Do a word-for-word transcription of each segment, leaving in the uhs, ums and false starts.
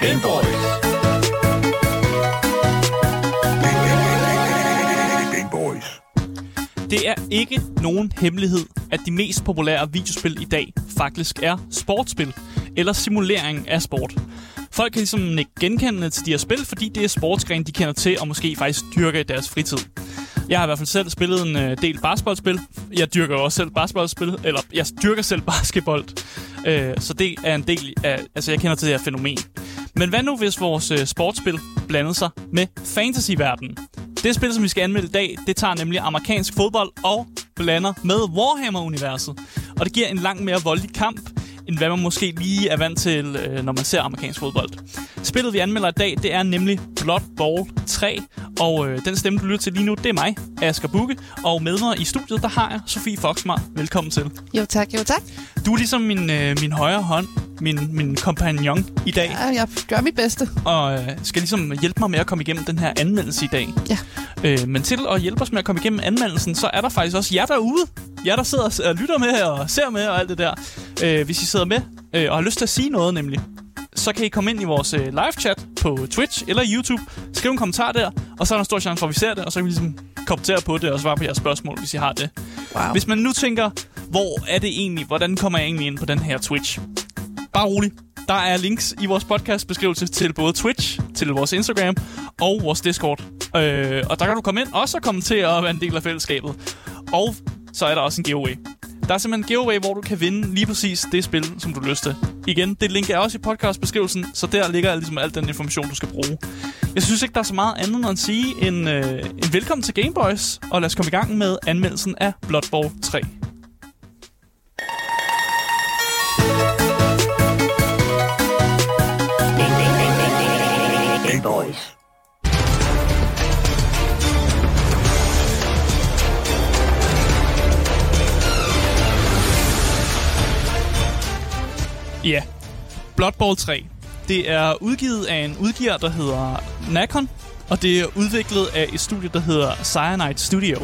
Game Boys. Game Boys. Det er ikke nogen hemmelighed, at de mest populære videospil i dag faktisk er sportsspil eller simulering af sport. Folk kan ligesom ikke genkende til de her spil, fordi det er sportsgren, de kender til og måske faktisk dyrker i deres fritid. Jeg har i hvert fald selv spillet en øh, del basketballspil. Jeg dyrker også selv basketballspil, eller jeg dyrker selv basketball. Øh, så det er en del af, altså jeg kender til det her fænomen. Men hvad nu, hvis vores øh, sportsspil blandede sig med fantasy-verdenen? Det spil, som vi skal anmelde i dag, det tager nemlig amerikansk fodbold og blander med Warhammer-universet. Og det giver en langt mere voldelig kamp, end hvad man måske lige er vant til, når man ser amerikansk fodbold. Spillet, vi anmelder i dag, det er nemlig Blood Bowl tre, og øh, den stemme, du lytter til lige nu, det er mig, Asger Bugge, og med mig i studiet, der har jeg Sofie Foxmar. Velkommen til. Jo tak, jo tak. Du er ligesom min, øh, min højre hånd, min, min kompagnon i dag. Ja, jeg gør mit bedste. Og øh, skal ligesom hjælpe mig med at komme igennem den her anmeldelse i dag. Ja. Øh, men til at hjælpe os med at komme igennem anmeldelsen, så er der faktisk også jer derude. Jer, der sidder og lytter med og ser med og alt det der. Øh, hvis I sidder med øh, og har lyst til at sige noget nemlig, så kan I komme ind i vores øh, live-chat på Twitch eller YouTube. Skriv en kommentar der, og så er der en stor chance for, at vi ser det, og så kan vi ligesom kommentere på det og svare på jeres spørgsmål, hvis I har det. Wow. Hvis man nu tænker, hvor er det egentlig, hvordan kommer jeg egentlig ind på den her Twitch? Bare rolig. Der er links i vores podcast-beskrivelse til både Twitch, til vores Instagram og vores Discord. Øh, og der kan du komme ind også og komme til at være en del af fællesskabet. Og så er der også en giveaway. Der er simpelthen en giveaway, hvor du kan vinde lige præcis det spil, som du har lyst til. Igen, det link er også i podcastbeskrivelsen, så der ligger ligesom al den information, du skal bruge. Jeg synes ikke, der er så meget andet end at sige end, øh, en velkommen til Game Boys, og lad os komme i gang med anmeldelsen af Blood Bowl tre. Game Boys. Ja, yeah. Blood Bowl tre. Det er udgivet af en udgiver, der hedder Nacon, og det er udviklet af et studie, der hedder Cyanide Studio.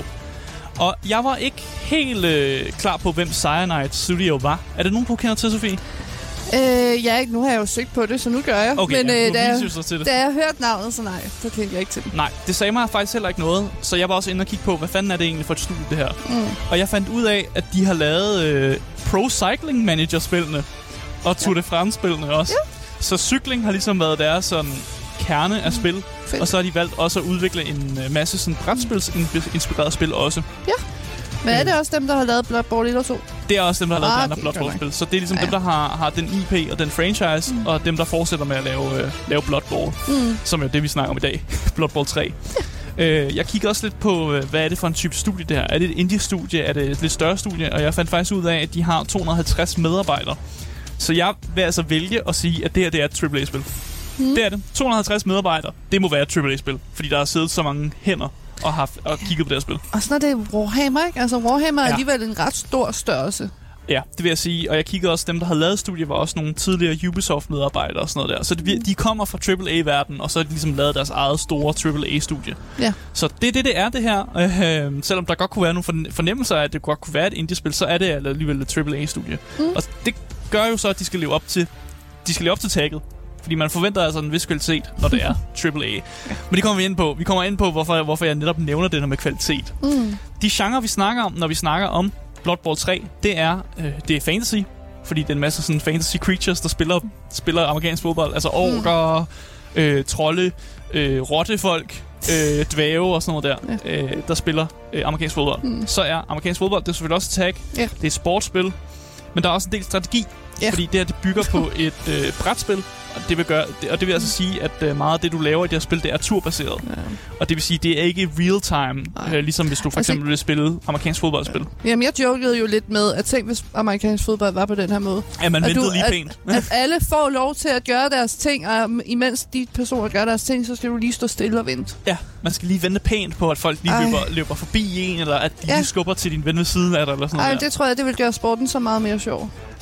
Og jeg var ikke helt øh, klar på, hvem Cyanide Studio var. Er det nogen, du kender til, Sofie? Øh, ja, nu har jeg jo søgt på det, så nu gør jeg. Okay, Men ja, øh, da, jeg, til det. da jeg hørte navnet, så nej, så kendte jeg ikke til det. Nej, det sagde mig faktisk heller ikke noget, så jeg var også inde og kigge på, hvad fanden er det egentlig for et studie, det her. Mm. Og jeg fandt ud af, at de har lavet øh, Pro Cycling Manager-spillene og Tour de France-spillene også. Ja. Så cykling har ligesom været deres sådan kerne af spil. Fedt. Og så har de valgt også at udvikle en masse sådan brætspils-inspirerede spil også. Ja. Men er det også dem, der har lavet Blood Bowl et og to? Det er også dem, der har lavet ah, de andre okay, Blood Bowl-spil. Så det er ligesom ja, ja. dem, der har, har den I P og den franchise, mm. og dem, der fortsætter med at lave, øh, lave Blood Bowl. Mm. Som er det, vi snakker om i dag. Blood Bowl tre. Ja. Øh, jeg kigger også lidt på, øh, hvad er det for en type studie, det her? Er det et indie-studie? Er det et lidt større studie? Og jeg fandt faktisk ud af, at de har to hundrede og halvtreds medarbejdere. Så jeg vil altså vælge at sige, at det her det er et triple A-spil. Mm. Det er det. to hundrede og halvtreds medarbejdere. Det må være et triple A-spil, fordi der har siddet så mange hænder og haft og kigget på det her spil. Og sådan er det Warhammer, ikke? Altså Warhammer er ja. alligevel en ret stor størrelse. Ja, det vil jeg sige. Og jeg kiggede også, dem der har lavet studiet, var også nogle tidligere Ubisoft-medarbejdere og sådan noget der. Så de, de kommer fra triple A-verdenen, og så har de ligesom lavet deres eget store triple A-studie. Ja. Så det er det, det er det her. Øh, selvom der godt kunne være nogle fornemmelser af, at det godt kunne være et indie-spil, så er det alligevel et triple A-studie. Mm. Og det gør jo så, at de skal leve op til, de skal leve op til tagget. Fordi man forventer altså en vis kvalitet, når det er triple A. Ja. Men det kommer vi ind på. Vi kommer ind på, hvorfor, hvorfor jeg netop nævner det her med kvalitet. Mm. De genre, vi snakker om, når vi snakker om Blood Bowl tre, det er, øh, det er fantasy. Fordi det er en masse sådan fantasy creatures, der spiller, spiller amerikansk fodbold. Altså orker, mm. øh, trolde, øh, rottefolk, øh, dvæve og sådan noget der, ja. øh, der spiller øh, amerikansk fodbold. Mm. Så er amerikansk fodbold, det er selvfølgelig også tag. Ja. Det er et sportsspil. Men der er også en del strategi. Ja. Fordi det her, det bygger på et øh, brætspil. Og det vil gøre, og det vil altså sige, at øh, meget af det, du laver i det her spil, det er turbaseret. Ja. Og det vil sige, det er ikke real time, øh, ligesom hvis du for eksempel altså, vil spille amerikansk fodboldspil. Ja. Jamen, jeg jokede jo lidt med, at tænk, hvis amerikansk fodbold var på den her måde. Ja, man ventede du, lige at, pænt. At alle får lov til at gøre deres ting, og imens de personer gør deres ting, så skal du lige stå stille og vente. Ja, man skal lige vente pænt på, at folk lige løber, løber forbi en, eller at de ja. lige skubber til din ven ved siden af dig, eller sådan Ej, noget. det tror jeg, det vil gøre sporten så meget mere sjov.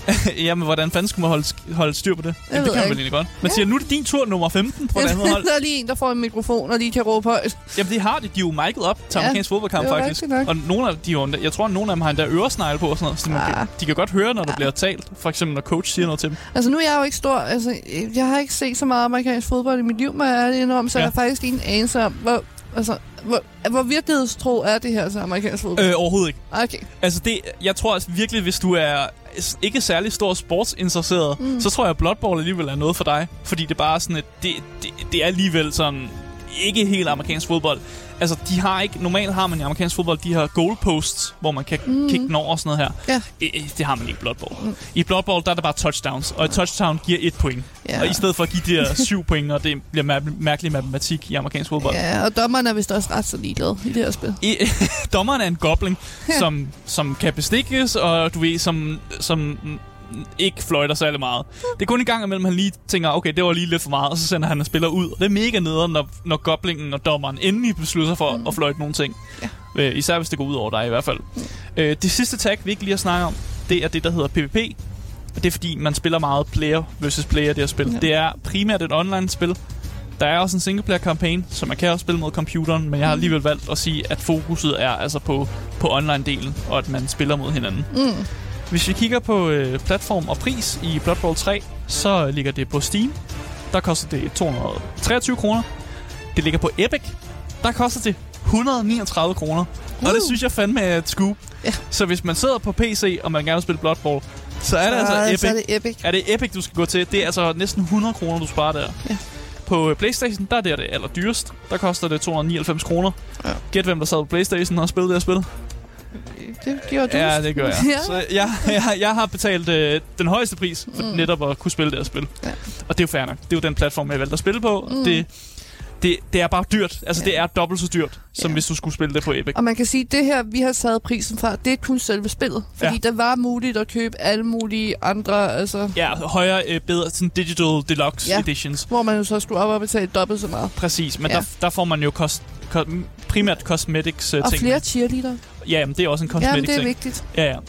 Jamen, hvordan fanden skulle man holde, holde styr på det? Jamen, det kan man vel egentlig godt. Man ja. siger, nu er det din tur nummer femten på det andet hold. Der er lige en, der får en mikrofon, og lige kan råbe højt. Jamen, det har de. De er jo mic'et op til amerikansk ja, fodboldkamp, faktisk. Og nogle af de jo, jeg tror, at nogle af dem har endda øresnegle på og sådan noget. Så ja. kan, de kan godt høre, når der ja. bliver talt. For eksempel, når coach siger noget til dem. Altså, nu er jeg jo ikke stor. Altså, jeg har ikke set så meget amerikansk fodbold i mit liv, men jeg er det enormt, så ja. jeg har faktisk en anelse om, hvor... Altså, hvor, hvor virkelighedstro er det her til amerikansk fodbold? Øh, overhovedet ikke. Okay. Altså, det, jeg tror altså virkelig, hvis du er ikke særlig stor sportsinteresseret, mm. så tror jeg, at Blood Bowl alligevel er noget for dig. Fordi det er bare sådan, at det, det, det er alligevel sådan ikke helt amerikansk fodbold. Altså, de har ikke... Normalt har man i amerikansk fodbold de her goalposts, hvor man kan mm. kigge den over og sådan noget her. Ja. I, det har man ikke i Blood Bowl. Mm. I Blood Bowl, der er det bare touchdowns, og et touchdown giver et point. Ja. Og i stedet for at give de her syv point, og det bliver mær- mærkelig matematik i amerikansk fodbold. Ja, og dommeren er vist også ret så ligeglad i det her spil. I, dommeren er en gobling, ja. som, som kan bestikkes, og du ved, som... som ikke fløjter særlig meget. Det er kun en gang imellem, han lige tænker, okay, det var lige lidt for meget, og så sender han en spiller ud. Og det er mega nederen, når, når goblingen og dommeren endelig beslutter sig for mm. at fløjte nogle ting. Ja. Øh, især hvis det går ud over dig i hvert fald. Mm. Øh, det sidste tag, vi ikke lige har snakket om, det er det, der hedder P V P. Og det er fordi, man spiller meget player versus player, det her spil. Ja. Det er primært et online-spil. Der er også en singleplayer-kampagne, så man kan også spille mod computeren, men jeg har alligevel valgt at sige, at fokuset er altså på, på online-delen, og at man spiller mod hinanden. Mm. Hvis vi kigger på øh, platform og pris i Blood Bowl tre, så ligger det på Steam. Der koster det to hundrede og treogtyve kroner. Det ligger på Epic. Der koster det et hundrede og niogtredive kroner. Uh. Og det synes jeg fandme er et scoop. Yeah. Så hvis man sidder på P C, og man gerne vil spille Blood Bowl, så er det så, altså Epic. Så er det Epic. Er det Epic, du skal gå til. Det er altså næsten hundrede kroner, du sparer der. Yeah. På PlayStation, der er det, det aller dyrest. Der koster det to hundrede og nioghalvfems kroner. Ja. Gæt, hvem der sad på PlayStation og spillede det her spil. Det gjorde du. Ja, det gør jeg. Ja. Så jeg, jeg, jeg har betalt øh, den højeste pris for mm. netop at kunne spille det her spil. Ja. Og det er jo fair nok. Det er jo den platform, jeg valgte at spille på. Mm. Det, det, det er bare dyrt. Altså, ja. det er dobbelt så dyrt, som ja. hvis du skulle spille det på Epic. Og man kan sige, at det her, vi har taget prisen fra, det er kun selve spillet. Fordi ja. der var muligt at købe alle mulige andre, altså... Ja, højere, øh, bedre, sådan digital deluxe ja. editions. Hvor man jo så skulle op og betale dobbelt så meget. Præcis, men ja. der, der får man jo kost... primært cosmetics uh, og ting. Og flere cheerleader. Ja, men det er også en cosmetic ting. Ja, det er vigtigt. Ja, ja.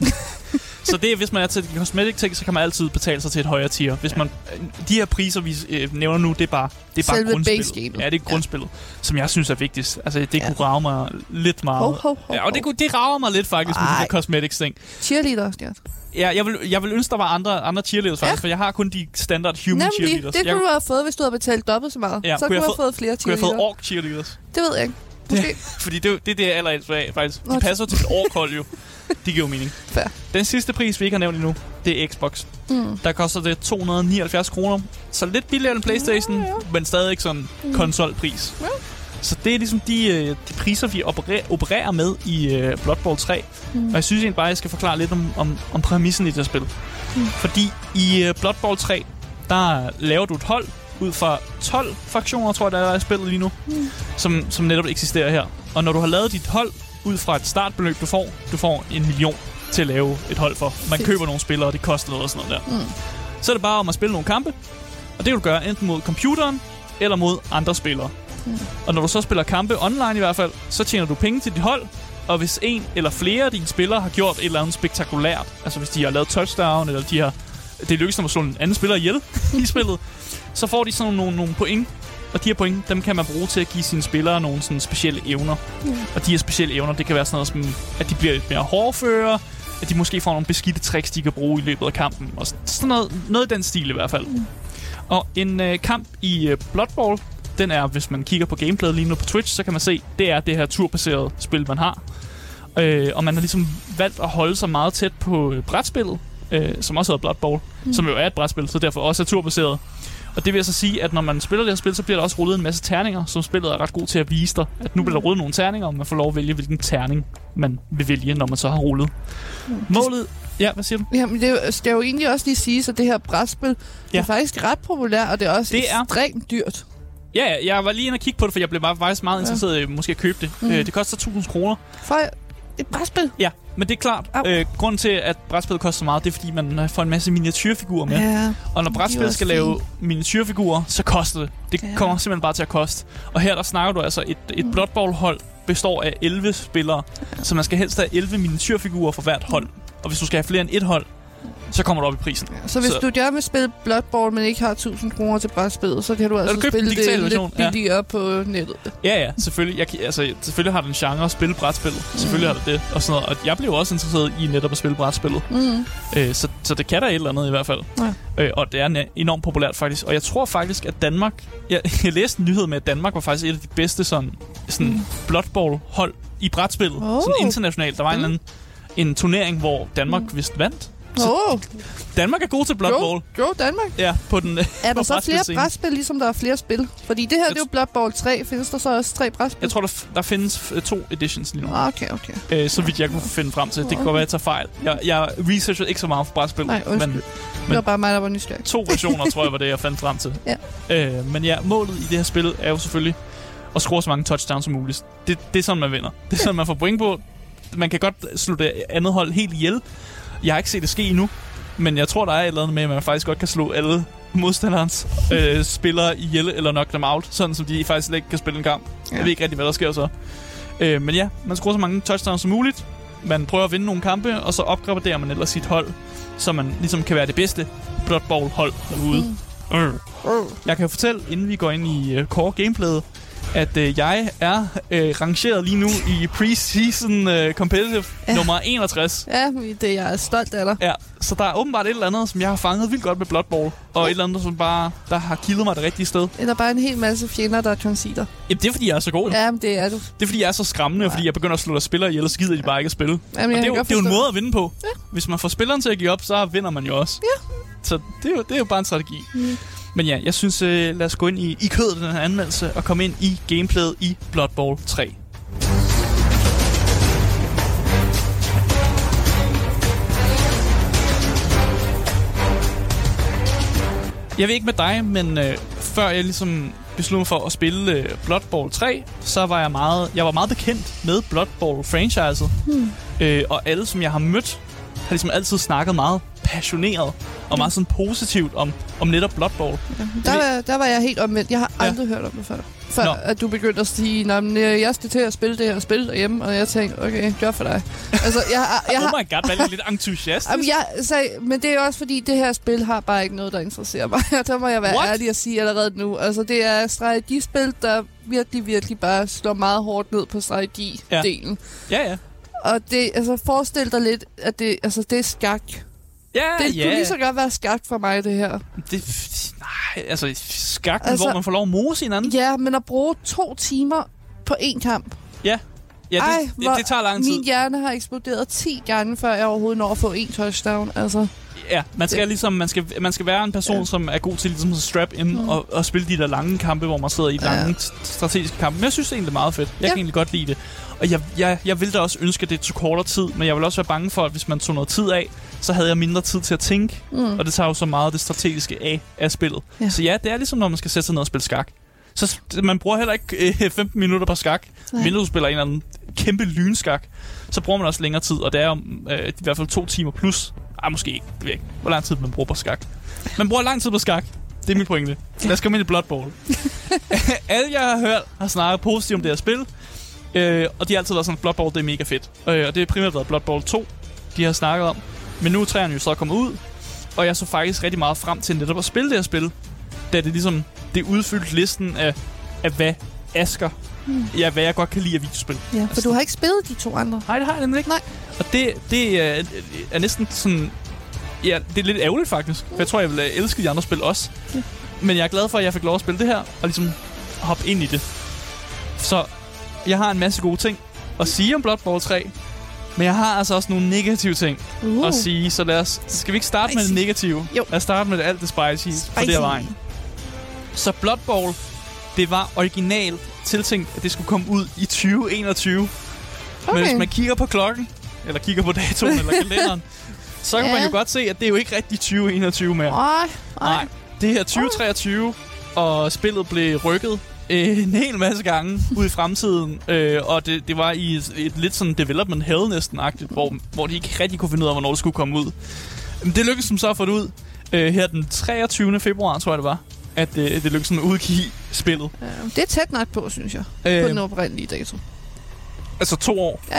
Så det er, hvis man er til cosmetic ting, så kan man altid betale sig til et højere tier. Hvis man, de her priser, vi øh, nævner nu, det er bare, det er bare grundspillet. Ja, det er grundspillet, ja. som jeg synes er vigtigst. Altså, det ja. kunne rave mig lidt meget. Ho, ho, ho, ja, og det, kunne, det rager mig lidt faktisk Ej. med de her cosmetics ting. Cheerleader, ja. Ja, jeg vil, jeg vil ønske, der var andre, andre cheerleaders faktisk, ja. for jeg har kun de standard human Nemlig, cheerleaders. det kunne jeg, du have fået, hvis du havde betalt dobbelt så meget. Ja, så kunne du have fået flere cheerleaders. Kunne jeg have fået ork cheerleaders? Det ved jeg ikke. Det, fordi det, det er det, jeg allerældst af, faktisk. De passer til et orkhold jo. De giver jo mening. Fair. Den sidste pris, vi ikke har nævnt endnu, det er Xbox. Mm. Der koster det to hundrede og nioghalvfjerds kroner. Så lidt billigere end PlayStation, ja, ja. men stadig ikke sådan mm. konsolpris. Ja. Så det er ligesom de, de priser, vi opererer, opererer med i uh, Blood Bowl tre. Mm. Og jeg synes egentlig bare, at jeg skal forklare lidt om, om, om præmissen i det her spil. Mm. Fordi i uh, Blood Bowl tre, der laver du et hold ud fra tolv fraktioner, tror jeg, der er i spillet lige nu, mm. som, som netop eksisterer her. Og når du har lavet dit hold ud fra et startbeløb, du får, du får en million til at lave et hold for. Man Fedt. køber nogle spillere, og det koster noget og sådan noget der. Mm. Så er det bare om at spille nogle kampe, og det vil du gøre enten mod computeren, eller mod andre spillere. Mm. Og når du så spiller kampe online i hvert fald, så tjener du penge til dit hold, og hvis en eller flere af dine spillere har gjort et eller andet spektakulært, altså hvis de har lavet touchdown, eller de har, det lykkes dem at slå en anden spiller ihjel i spillet, så får de sådan nogle, nogle point. Og de her point, dem kan man bruge til at give sine spillere nogle sådan specielle evner. Mm. Og de her specielle evner, det kan være sådan noget som, at de bliver lidt mere hårdfører, at de måske får nogle beskidte tricks, de kan bruge i løbet af kampen. Og sådan noget, noget i den stil i hvert fald. Mm. Og en øh, kamp i øh, Blood Bowl, den er, hvis man kigger på gameplayet lige nu på Twitch, så kan man se, det er det her turbaserede spil, man har. Øh, og man har ligesom valgt at holde sig meget tæt på øh, brætspillet, øh, som også hedder Blood Bowl, mm. som jo er et brætspil, så derfor også er turbaseret. Og det vil altså sige, at når man spiller det her spil, så bliver der også rullet en masse terninger, som spillet er ret god til at vise dig. At nu bliver der rullet nogle terninger, og man får lov at vælge, hvilken terning man vil vælge, når man så har rullet. Mm. Målet... Ja, hvad siger du? Jamen, det skal jo egentlig også lige sige, at det her brætspil ja. det er faktisk ret populært, og det er også det ekstremt er... dyrt. Ja, jeg var lige inde og kigge på det, for jeg blev bare faktisk meget interesseret i ja. måske at købe det. Mm. Øh, det koster tusind kroner. For et brætspil? Ja, men det er klart. Øh, grunden til, at brætspillet koster meget, det er, fordi man får en masse miniatyrfigurer med. Ja, og når brætspillet skal lave fint. miniatyrfigurer, så koster det. Det ja. kommer simpelthen bare til at koste. Og her der snakker du altså, et, et mm. Blood Bowl-hold består af elleve spillere. Ja. Så man skal helst have elleve miniatyrfigurer for hvert hold. Og hvis du skal have flere end et hold, så kommer du op i prisen. Ja, så hvis så. du gerne vil spille Blood Bowl, men ikke har tusind kroner til brætspillet, så kan du altså spille det lidt billigere ja. på nettet. Ja, ja, selvfølgelig. Jeg, altså, selvfølgelig har den genre at spille brætspillet. Mm. Selvfølgelig har det det. Og, sådan noget. Og jeg blev også interesseret i netop at spille brætspillet. Mm. Øh, så, så det kan der et eller andet i hvert fald. Ja. Øh, og det er enormt populært faktisk. Og jeg tror faktisk, at Danmark... Jeg, jeg læste en nyhed med, at Danmark var faktisk et af de bedste sådan, sådan mm. Blood Bowl-hold i brætspillet. Oh. Sådan internationalt. Der var mm. en, anden, en turnering, hvor Danmark mm. vist vandt. Oh. Danmark er god til Blood Bowl. Jo, jo, Danmark. Ja, på den. Er der så flere brætspil, ligesom der er flere spil? Fordi det her, det er jo Blood Bowl tre. Findes der så også tre brætspil? Jeg tror, der, der findes to editions lige nu. Okay, okay. Øh, så vidt jeg kunne finde frem til. Det kan godt være, at jeg tager fejl. Jeg, jeg researchede ikke så meget for brætspil. Nej, undskyld. Men, det var bare mig, der var nysgerrig. To versioner, tror jeg, var det, jeg fandt frem til. Ja. Øh, men ja, målet i det her spil er jo selvfølgelig at score så mange touchdowns som muligt. Det, det er sådan, man vinder. Det er sådan, man får point på. Man kan godt slå det andet hold helt ihjel. Jeg har ikke set det ske endnu. Men jeg tror, der er et eller andet med, at man faktisk godt kan slå alle modstanderens øh, spillere ihjel eller knock dem out, sådan som de faktisk ikke kan spille en kamp. Ja. Jeg ved ikke rigtig, hvad der sker så. Øh, men ja, man skruer så mange touchdowns som muligt. Man prøver at vinde nogle kampe, og så opgraderer man ellers sit hold, så man ligesom kan være det bedste Blood Bowl-hold derude. Mm. Øh. Jeg kan jo fortælle, inden vi går ind i uh, core gameplayet, at øh, jeg er øh, rangeret lige nu i preseason øh, competitive ja. nummer enogtres. Ja, det er jeg er stolt af dig. Ja, så der er åbenbart et eller andet, som jeg har fanget vildt godt med Blood Bowl, og ja. et eller andet, som bare der har kildet mig det rigtige sted. Eller bare en hel masse fjender, der er transiter. Jamen, det er fordi, jeg er så god. Ja, det er du. Det er fordi, jeg er så skræmmende, og fordi jeg begynder at slå der spillere ihjel, og så gider de bare ikke at spille. Jamen, og det er, jo, det er jo en måde at vinde på. Ja. Hvis man får spilleren til at give op, så vinder man jo også. Ja. Så det er jo, det er jo bare en strategi. Mm. Men ja, jeg synes, øh, lad os gå ind i, i kødet af den her anmeldelse og komme ind i gameplayet i Blood Bowl tre. Jeg ved ikke med dig, men øh, før jeg ligesom besluttede mig for at spille øh, Blood Bowl tre, så var jeg meget, jeg var meget bekendt med Blood Bowl-franchiset. Hmm. Øh, og alle, som jeg har mødt, har ligesom altid snakket meget passioneret og meget sådan positivt om, om netop Blood Bowl. Ja, der, var, der var jeg helt omvendt. Jeg har aldrig ja. hørt om det før. Før Nå. at du begyndte at sige, at jeg skal til at spille det her og spille derhjemme, og jeg tænkte, okay, gør for dig. Altså, jeg, jeg, jeg oh my god, hvad er lidt entusiastisk. Jamen, jeg sagde, men det er også fordi, det her spil har bare ikke noget, der interesserer mig. Der må jeg være What? ærlig at sige allerede nu. Altså, det er strategispil, der virkelig, virkelig bare slår meget hårdt ned på strategidelen. Ja, ja. ja. Og det, altså, forestil dig lidt, at det, altså, det er skak. Ja, det ja. kunne lige så godt være skak for mig, det her. Det, nej, altså skak, altså, hvor man får lov at mose hinanden. Ja, men at bruge to timer på én kamp. Ja, ja det, Ej, det, det tager lang tid. Min hjerne har eksploderet ti gange, før jeg overhovedet når at få en touchdown. Altså, ja, man skal, det. ligesom, man skal, man skal være en person, ja. som er god til ligesom, at strap ind mm. og, og spille de der lange kampe, hvor man sidder i lange ja. strategiske kampe. Men jeg synes det er egentlig meget fedt. Jeg ja. kan egentlig godt lide det. Og jeg, jeg, jeg vil da også ønske, at det tog kortere tid, men jeg vil også være bange for, at hvis man tog noget tid af, så havde jeg mindre tid til at tænke. Mm. Og det tager jo så meget det strategiske af, af spillet. Ja. Så ja, det er ligesom, når man skal sætte sig ned og spille skak. Så man bruger heller ikke øh, femten minutter på skak, mindre du spiller en eller anden kæmpe lynskak. Så bruger man også længere tid, og det er øh, i hvert fald to timer plus. Ej, måske ikke. Det ved jeg ikke. Hvor lang tid man bruger på skak. Man bruger lang tid på skak. Det er min pointe. Lad os komme ind i Blood Bowl. Alle, jeg har hørt, har snakket positivt om det her spil. Øh, og de har altid været sådan, Blood Bowl, det er mega fedt. Øh, og det er primært været Blood Bowl to, de har snakket om. Men nu er træerne jo så kommet ud. Og jeg så faktisk rigtig meget frem til netop at spille det her spil. Da det ligesom, det udfyldte listen af, af hvad Asger, hmm. ja, hvad jeg godt kan lide af videospil. Ja, for altså, du har ikke spillet de to andre. Nej, det har jeg nemlig ikke. Nej. Og det, det er, er næsten sådan, ja, det er lidt ærgerligt faktisk. For jeg tror, jeg vil elske de andre spil også. Ja. Men jeg er glad for, at jeg fik lov at spille det her, og ligesom hoppe ind i det. Så jeg har en masse gode ting at sige om Blood Bowl tre, men jeg har altså også nogle negative ting uh. at sige, så lad os, skal vi ikke starte spicy. med det negative? Jo. Lad os starte med det, alt det spicy, spicy. på det her vejen. Så Blood Bowl, det var originalt tiltænkt, at det skulle komme ud i tyve enogtyve. Okay. Men hvis man kigger på klokken, eller kigger på datoen eller kalenderen, så kan ja. man jo godt se, at det er jo ikke rigtig tyve enogtyve mere. Nej, nej. Det her tyve treogtyve, og spillet blev rykket en hel masse gange ud i fremtiden, øh, og det, det var i et, et lidt sådan development hell næsten-agtigt, hvor, hvor de ikke rigtig kunne finde ud af, hvornår det skulle komme ud. Men det lykkedes som så at få det ud øh, her den treogtyvende februar, tror jeg det var, at øh, det lykkedes at udgive spillet. Ja, det er tæt nok på, synes jeg, øh, på den oprindelige dato. Altså to år? Ja, ja.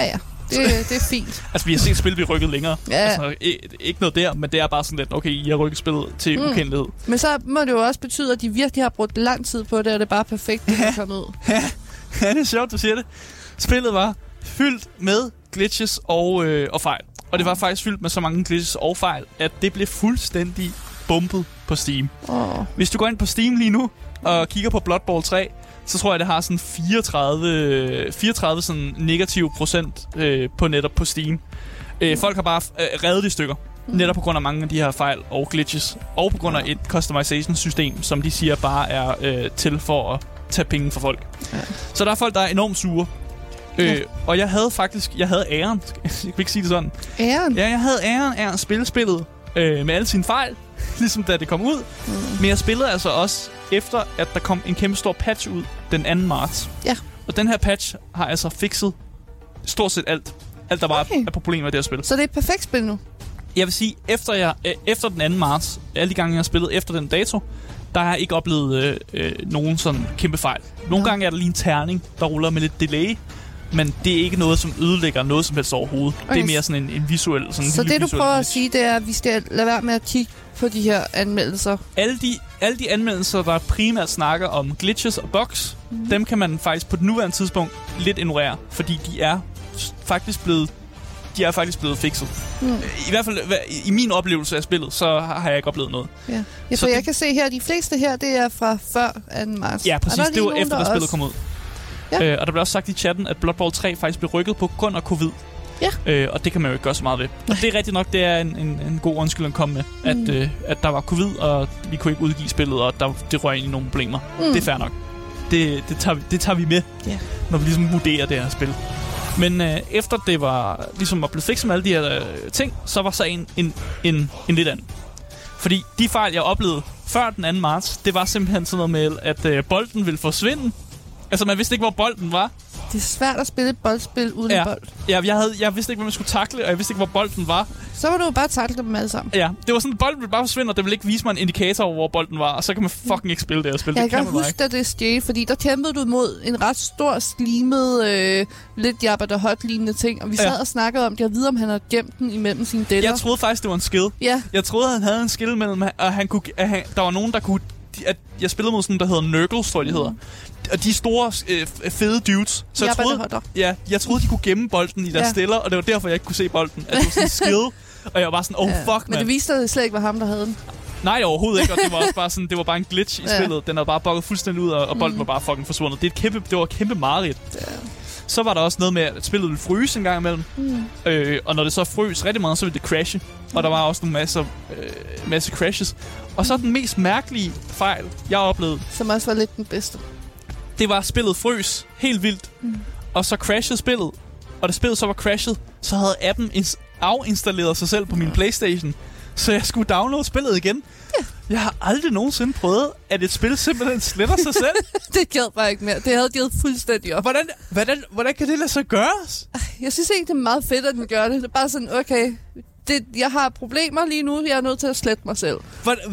Det, det er fint. Altså, vi har set spil blive rykket længere. Ja. Altså, ikke noget der, men det er bare sådan lidt, okay, I har rykket spillet til mm. ukendelighed. Men så må det jo også betyde, at de virkelig har brugt lang tid på det, og det er bare perfekt, det er kommet ud. Ja, det er sjovt, du siger det. Spillet var fyldt med glitches og, øh, og fejl. Og det var faktisk fyldt med så mange glitches og fejl, at det blev fuldstændig bumpet på Steam. Oh. Hvis du går ind på Steam lige nu og kigger på Blood Bowl tre, så tror jeg, det har sådan fireogtredive, fireogtredive sådan negative procent øh, på netop på Steam. Øh, folk har bare øh, revet i stykker, mm. netop på grund af mange af de her fejl og glitches, og på grund af et customization-system, som de siger bare er øh, til for at tage penge fra folk. Ja. Så der er folk, der er enormt sure. Øh, ja. Og jeg havde faktisk, jeg havde æren, jeg kan ikke sige det sådan. Æren? Ja, jeg havde æren af at spille spillet øh, med alle sine fejl, ligesom da det kom ud. Mm. Men jeg spillede altså også efter, at der kom en kæmpe stor patch ud den anden marts. Ja. Og den her patch har altså fikset stort set alt. Alt, der var okay. af problemer i det her spil. Så det er et perfekt spil nu? Jeg vil sige, efter, jeg, øh, efter den anden marts, alle de gange, jeg har spillet efter den dato, der har jeg ikke oplevet øh, øh, nogen sådan kæmpe fejl. Nogle ja. gange er der lige en terning, der ruller med lidt delay. Men det er ikke noget, som ødelægger noget som helst overhovedet. Okay. Det er mere sådan en, en visuel... Sådan så en det, du prøver glitch. at sige, det er, at vi skal lade være med at kigge på de her anmeldelser? Alle de, alle de anmeldelser, der primært snakker om glitches og bugs, mm. dem kan man faktisk på det nuværende tidspunkt lidt ignorere. Fordi de er faktisk blevet... De er faktisk blevet fikset. Mm. I hvert fald i min oplevelse af spillet, så har jeg ikke oplevet noget. Ja, ja for så jeg det, kan se her, de fleste her, det er fra før anden marts. Ja, præcis. Det var efter, da spillet også... kom ud. Ja. Øh, og der blev også sagt i chatten, at Blood Bowl tre faktisk blev rykket på grund af covid. Ja. Øh, og det kan man jo ikke gøre så meget ved. Og det er rigtigt nok, det er en, en, en god undskyldning at komme med, mm. at, øh, at der var covid, og vi kunne ikke udgive spillet, og der, det røg ind i nogle problemer. Mm. Det er fair nok. Det, det, tager, det tager vi med, yeah. når vi ligesom vurderer det her spil. Men øh, efter det var ligesom blevet fikset med alle de her øh, ting, så var så en, en, en, en lidt anden. Fordi de fejl, jeg oplevede før den anden marts, det var simpelthen sådan noget med, at øh, bolden ville forsvinde. Altså, man vidste ikke, hvor bolden var. Det er svært at spille et boldspil uden ja. bold. Ja, jeg, havde, jeg vidste ikke, hvad man skulle takle, og jeg vidste ikke, hvor bolden var. Så var du jo bare takle dem alle sammen. Ja, det var sådan, at bolden ville bare forsvinde, og det ville ikke vise mig en indikator over, hvor bolden var. Og så kan man fucking ikke spille det her spil. Jeg det kan, kan kan huske, at det stjæle, fordi der kæmpede du mod en ret stor, slimet, øh, lidt Jabba the Hutt-lignende ting. Og vi sad ja. og snakkede om det, og vide, om han havde gemt den imellem sine deller. Jeg troede faktisk, det var en skill. Ja. Jeg troede, han havde en skill mellem, og han kunne, at han, der var nogen, der kunne... At jeg spillede mod sådan, der hedder Nurgles, tror jeg, de hedder. Og de store, øh, fede dudes. Så jeg troede, ja, jeg troede, de kunne gemme bolden i deres ja. stiller, og det var derfor, jeg ikke kunne se bolden. At det var sådan en skill. Og jeg var bare sådan, oh ja. fuck, man. Men det viste, at det slet ikke var ham, der havde den. Nej, overhovedet ikke, og det var også bare sådan, det var bare en glitch i ja. spillet. Den havde bare bugget fuldstændig ud, og, og bolden mm. var bare fucking forsvundet. Det, er et kæmpe, det var et kæmpe mareridt. Ja. Så var der også noget med, at spillet ville fryse en gang imellem. Mm. Øh, og når det så frøs rigtig meget, så ville det crashe. Mm. Og der var også nogle masser, øh, masse crashes. Og så den mest mærkelige fejl, jeg oplevede... Som også var lidt den bedste. Det var, at spillet frøs helt vildt. Mm. Og så crashede spillet. Og da spillet så var crashet, så havde appen ins- afinstalleret sig selv på min PlayStation. Så jeg skulle downloade spillet igen. Ja. Jeg har aldrig nogensinde prøvet, at et spil simpelthen sletter sig selv. Det gad bare ikke mere. Det havde givet fuldstændig op. Hvordan, hvordan, hvordan kan det lade sig gøres? Jeg synes ikke, det er meget fedt, at den gør det. Det er bare sådan, okay, det, jeg har problemer lige nu. Jeg er nødt til at slette mig selv.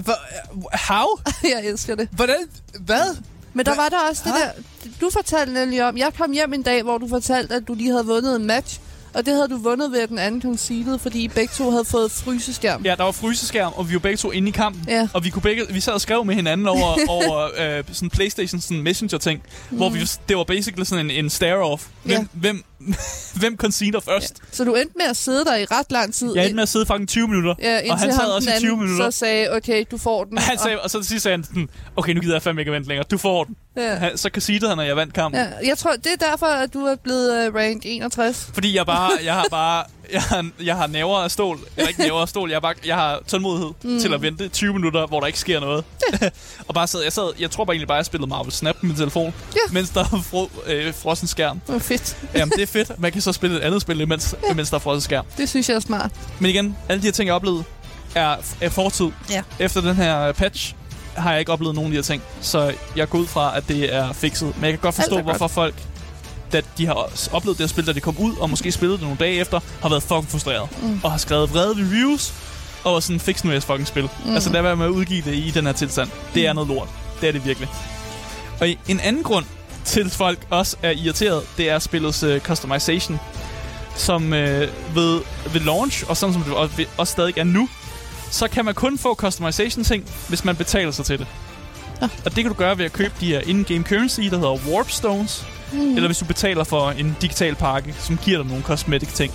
How? Jeg elsker det. Hvordan? Hvad? Men der var der også det der... Du fortalte nemlig om... Jeg kom hjem en dag, hvor du fortalte, at du lige havde vundet en match. Og det havde du vundet ved, at den anden conceded, fordi I begge to havde fået fryseskærm. Ja, der var fryseskærm, og vi var begge to inde i kampen. Ja. Og vi kunne begge, vi sad og skrev med hinanden over, over øh, sådan PlayStation sådan Messenger-ting, mm. hvor vi, det var basically sådan en, en stare-off. Hvem, ja. hvem, hvem conceder først? Ja. Så du endte med at sidde der i ret lang tid? Jeg endte med at sidde fucking tyve minutter, ja, og han sad også i tyve minutter. Så sagde, okay, du får den. Han sagde, og så til sidst sagde han sådan, okay, nu gider jeg fandme ikke at vente længere. Du får den. Ja. Han, så concedede han, og jeg vandt kampen. Ja, jeg tror, det er derfor, at du er blevet uh, ranked enogtres. Fordi jeg bare, jeg har bare, jeg har, jeg har næver af stål. Eller ikke næver af stål, jeg har, bare, jeg har tålmodighed mm. til at vente tyve minutter, hvor der ikke sker noget. Ja. Og bare sad, jeg sad, jeg tror bare egentlig bare, jeg spillede Marvel Snap på min telefon, ja. mens der var fro, øh, frossen skærm. Det var fedt. Jamen, det er fedt. Man kan så spille et andet spil, imens, ja. mens der er frossen skærm. Det synes jeg er smart. Men igen, alle de her ting, jeg oplevede, er, er fortid. Ja. Efter den her patch har jeg ikke oplevet nogen af de her ting. Så jeg går ud fra, at det er fikset. Men jeg kan godt forstå, hvorfor godt. folk, da de har oplevet det her spil, da det kom ud, og måske spillet det nogle dage efter, har været fucking frustreret. Mm. Og har skrevet vrede reviews, og var sådan, fix nu jeres fucking spil. Mm. Altså, lad være med at udgive det i den her tilstand. Det er noget lort. Det er det virkelig. Og en anden grund til, at folk også er irriteret, det er spillets uh, customization. som øh, ved, ved launch, og sådan som det også, også stadig er nu, så kan man kun få customization-ting, hvis man betaler sig til det. Ja. Og det kan du gøre ved at købe de her in-game currency, der hedder Warp Stones, mm. eller hvis du betaler for en digital pakke, som giver dig nogle cosmetic-ting.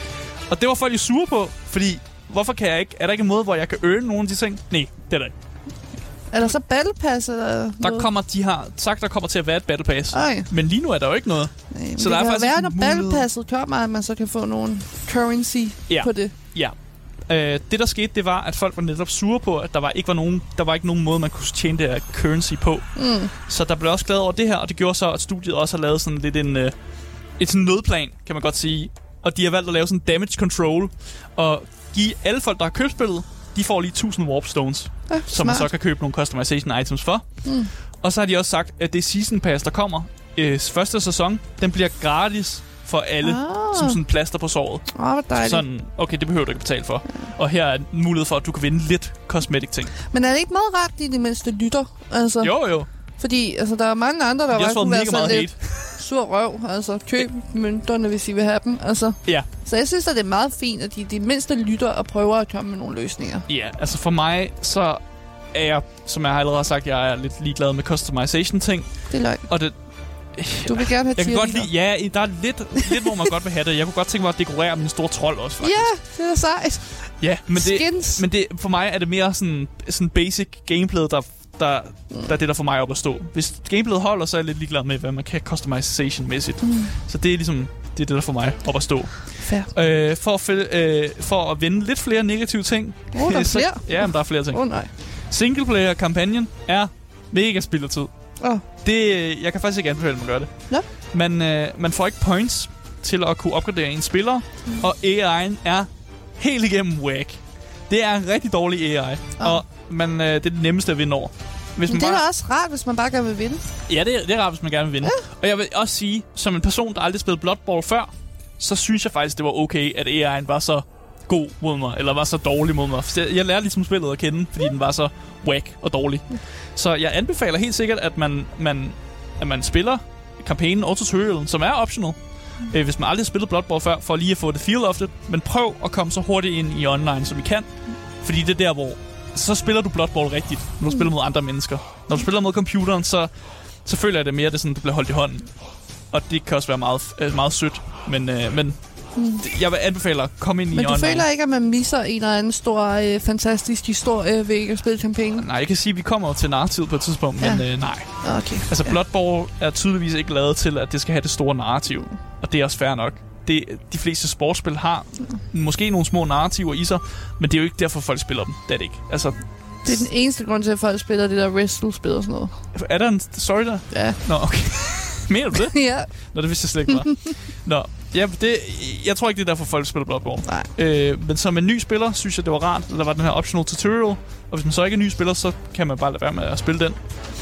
Og det var folk jo sure på, fordi hvorfor kan jeg ikke... Er der ikke en måde, hvor jeg kan earn nogle af de ting? Nej, det er der ikke. Er der så Battle Pass eller Der kommer, de har sagt, der kommer til at være et Battle Pass. Ej. Men lige nu er der jo ikke noget. Nej, så det der kan er være, når Battle Passet kommer, at man så kan få nogle currency ja. på det. Ja. Øh, det der skete, det var, at folk var netop sure på, at der var ikke var nogen, der var ikke nogen måde, man kunne tjene det her currency på. Mm. Så der blev også glad over det her, og det gjorde så, at studiet også har lavet sådan lidt en... Øh, et sådan nødplan, kan man godt sige. Og de har valgt at lave sådan damage control, og give alle folk, der har købt spillet, de får lige tusind Warp Stones, ja, som man så kan købe nogle customization items for. Mm. Og så har de også sagt, at det Season Pass, der kommer øh, første sæson, den bliver gratis for alle, ah. som sådan plaster på såret. Åh, hvor dejligt. Sådan, okay, det behøver du ikke betale for. Ja. Og her er en mulighed for, at du kan vinde lidt cosmetic ting. Men er det ikke meget rart, de det mindste lytter? Altså, jo, jo. Fordi altså, der er mange andre, der bare kunne være sådan lidt sur røv. Altså, køb mønterne, hvis I vil have dem. Altså. Ja. Så jeg synes, at det er meget fint, at de de mindste lytter og prøver at komme med nogle løsninger. Ja, altså for mig, så er jeg, som jeg allerede har sagt, jeg er lidt ligeglad med customization-ting. Det er løgn. Og det... Du vil gerne have jeg kan godt lide, ja, der er lidt, lidt, hvor man godt vil have det. Jeg kunne godt tænke mig at dekorere min store trold også, faktisk. Ja, det er sejt. Ja, men det, Skins. men det, for mig er det mere sådan, sådan basic gameplay, der, der, der er det, der får mig op at stå. Hvis gameplayet holder, så er jeg lidt ligeglad med, hvad man kan customization-mæssigt. Mm. Så det er ligesom det, er det der får mig op at stå. Fair. Øh, for, at fælde, øh, for at vinde lidt flere negative ting. Åh, oh, der er så, flere? Ja, men der er flere ting. Åh, oh, nej. Singleplayer-kampagnen er mega spillertid. Oh. Det, jeg kan faktisk ikke anbefale, at man gør det. Ja. Man, øh, man får ikke points til at kunne opgradere en spiller, mm. og A I'en er helt igennem whack. Det er en rigtig dårlig A I, oh. og man, øh, det er det nemmeste at vinde over. Hvis man Men det bare... er også rart, hvis man bare gerne vil vinde. Ja, det er, det er rart, hvis man gerne vil vinde. Ja. Og jeg vil også sige, som en person, der aldrig spillede Blood Bowl før, så synes jeg faktisk, det var okay, at A I'en var så god mod mig, eller var så dårlig mod mig. Jeg lærte ligesom spillet at kende, fordi den var så whack og dårlig. Så jeg anbefaler helt sikkert, at man, man, at man spiller kampagnen og tutorialen, som er optional, øh, hvis man aldrig har spillet Blood Bowl før, for lige at få det feel of det. Men prøv at komme så hurtigt ind i online, som I kan. Fordi det er der, hvor så spiller du Blood Bowl rigtigt, når du spiller mod andre mennesker. Når du spiller mod computeren, så, så føler jeg det mere, det sådan, du bliver holdt i hånden. Og det kan også være meget, øh, meget sødt, men... Øh, men Mm. Jeg vil anbefale at komme ind Men i du online. føler ikke, at man misser en eller anden stor, øh, fantastisk historie ved ikke at spille kampagnen? Nej, jeg kan sige, at vi kommer til narrativet på et tidspunkt, ja. men øh, nej. Okay. Altså, ja. Blood Bowl er tydeligvis ikke lavet til, at det skal have det store narrativ. Og det er også fair nok. Det, de fleste sportsspil har mm. måske nogle små narrativer i sig, men det er jo ikke derfor, folk spiller dem. Det er det ikke. Altså, det er den eneste grund til, at folk spiller det der wrestle-spil og sådan noget. Er der en story der? Ja. Nå, okay. Mener du det? Ja. Nå, det vidste jeg slet ikke var. Nå, ja, det, jeg tror ikke, det er derfor, folk spiller Blood Bowl. Nej. Øh, men som en ny spiller, synes jeg, det var rart, at der var den her optional tutorial. Og hvis man så ikke er ny spiller, så kan man bare lade være med at spille den.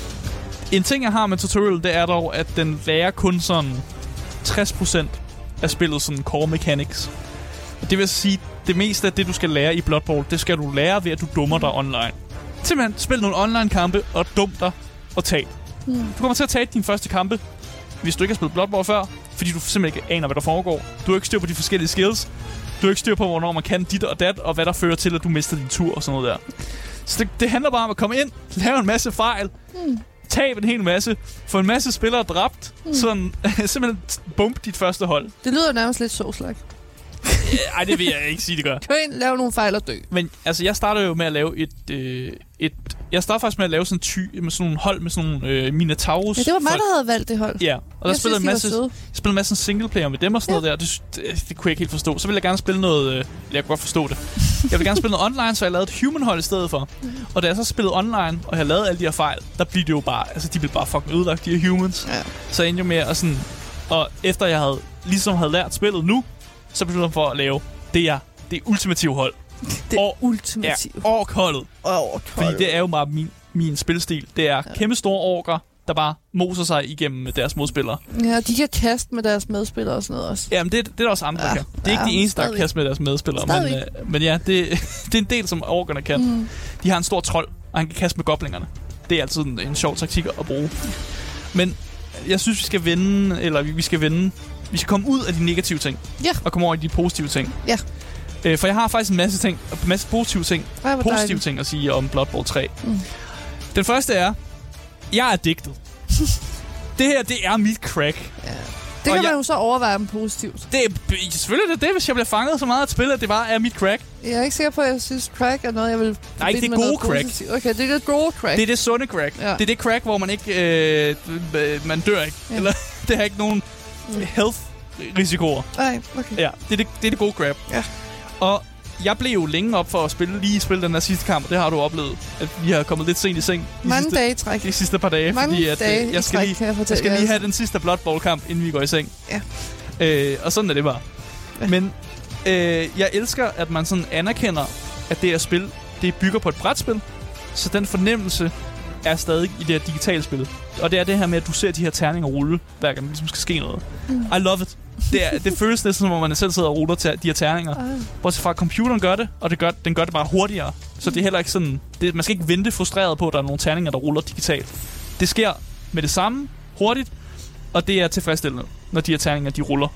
En ting, jeg har med tutorial, det er dog, at den lærer kun sådan tres procent af spillet sådan core mechanics. Og det vil sige, det meste af det, du skal lære i Blood Bowl, det skal du lære ved, at du dummer dig online. Simpelthen spil nogle online-kampe og dum dig og tab. Mm. Du kommer til at tabe dine første kampe, hvis du ikke har spillet Blood Bowl før, fordi du simpelthen ikke aner, hvad der foregår. Du har ikke styr på de forskellige skills. Du har ikke styr på, hvornår man kan dit og dat, og hvad der fører til, at du mister din tur og sådan noget der. Så det, det handler bare om at komme ind, lave en masse fejl, mm. tabe en hel masse, få en masse spillere dræbt, mm. sådan simpelthen bump dit første hold. Det lyder nærmest lidt Souls-like. Ej, det vil jeg ikke sige, det gør. Kør ind, lave nogle fejl og dø. Men altså, jeg starter jo med at lave et... Øh, et jeg starter faktisk med at lave sådan, ty, med sådan nogle hold med sådan nogle øh, Minotauros. Ja, det var mig, der havde valgt det hold. Ja, og der jeg spillede synes, en masse, jeg spillede en masse singleplayer med dem og sådan ja. noget der. Det, det, det kunne jeg ikke helt forstå. Så ville jeg gerne spille noget... Øh, jeg kunne godt forstå det. Jeg ville gerne spille noget online, så jeg lavede et human-hold i stedet for. Mm. Og da jeg så spillede online, og jeg lavede alle de her fejl, der blev det jo bare... Altså, de blev bare fucking ødelagt, de her humans. Ja. Så jeg endte jo med at sådan... Og efter jeg havde ligesom havde lært spillet nu, så besluttede jeg for at lave det er det ultimative hold. Det og, ultimative. Ja, ork-holdet. Ork-holdet. Fordi det er jo bare min, min spilstil. Det er ja. kæmpe store orker, der bare moser sig igennem deres modspillere. Ja, de kan kaste med deres medspillere og sådan noget også. Jamen, det, det er der også andre, ja. der kan. Det er ja, ikke de eneste, der kan kaste med deres medspillere. Men, øh, men ja, det, det er en del, som orkerne kan. Mm. De har en stor trold, og han kan kaste med goblingerne. Det er altid en, en sjov taktik at bruge. Men jeg synes, vi skal vinde, eller vi skal vinde Vi skal komme ud af de negative ting. Ja. Og komme over i de positive ting. Ja. Øh, for jeg har faktisk en masse ting, en masse positive ting, Ej, positive dejligt. ting at sige om Blood Bowl tre. Mm. Den første er, jeg er addicted. Det her, det er mit crack. Ja. Det kan og man jeg, jo så overveje om positivt. Det er selvfølgelig det, det, hvis jeg bliver fanget så meget af et spil, at det bare er mit crack. Jeg er ikke sikker på, at jeg synes, crack er noget, jeg vil Nej, det er gode crack. Positivt. Okay, det er det gode crack. Det er det sunde crack. Ja. Det er det crack, hvor man ikke... Øh, man dør ikke. Ja. Eller, det har ikke nogen mm. health-risikoer. Nej, okay. Ja, det er det, det er det gode crap. Ja. Og jeg blev jo længe op for at spille, lige spille den der sidste kamp, og det har du oplevet, at vi har kommet lidt sent i seng de, Mange sidste, dage træk. de sidste par dage, Mange fordi at, dage øh, jeg skal træk, lige, jeg, jeg skal lige have den sidste Blood Bowl-kamp, inden vi går i seng. Ja. Øh, og sådan er det bare. Ja. Men øh, jeg elsker, at man sådan anerkender, at det her spil, det bygger på et brætspil, så den fornemmelse er stadig i det her digitale spil. Og det er det her med, at du ser de her terninger rulle, hver gang der ligesom skal ske noget. Mm. I love it. Det, er, det føles næsten, som om man selv sidder og ruller til de her terninger. Uh. Bortset fra, at computeren gør det, og det gør, den gør det bare hurtigere. Så det er heller ikke sådan... Det, man skal ikke vente frustreret på, at der er nogle terninger, der ruller digitalt. Det sker med det samme, hurtigt, og det er tilfredsstillende, når de her terninger, de ruller.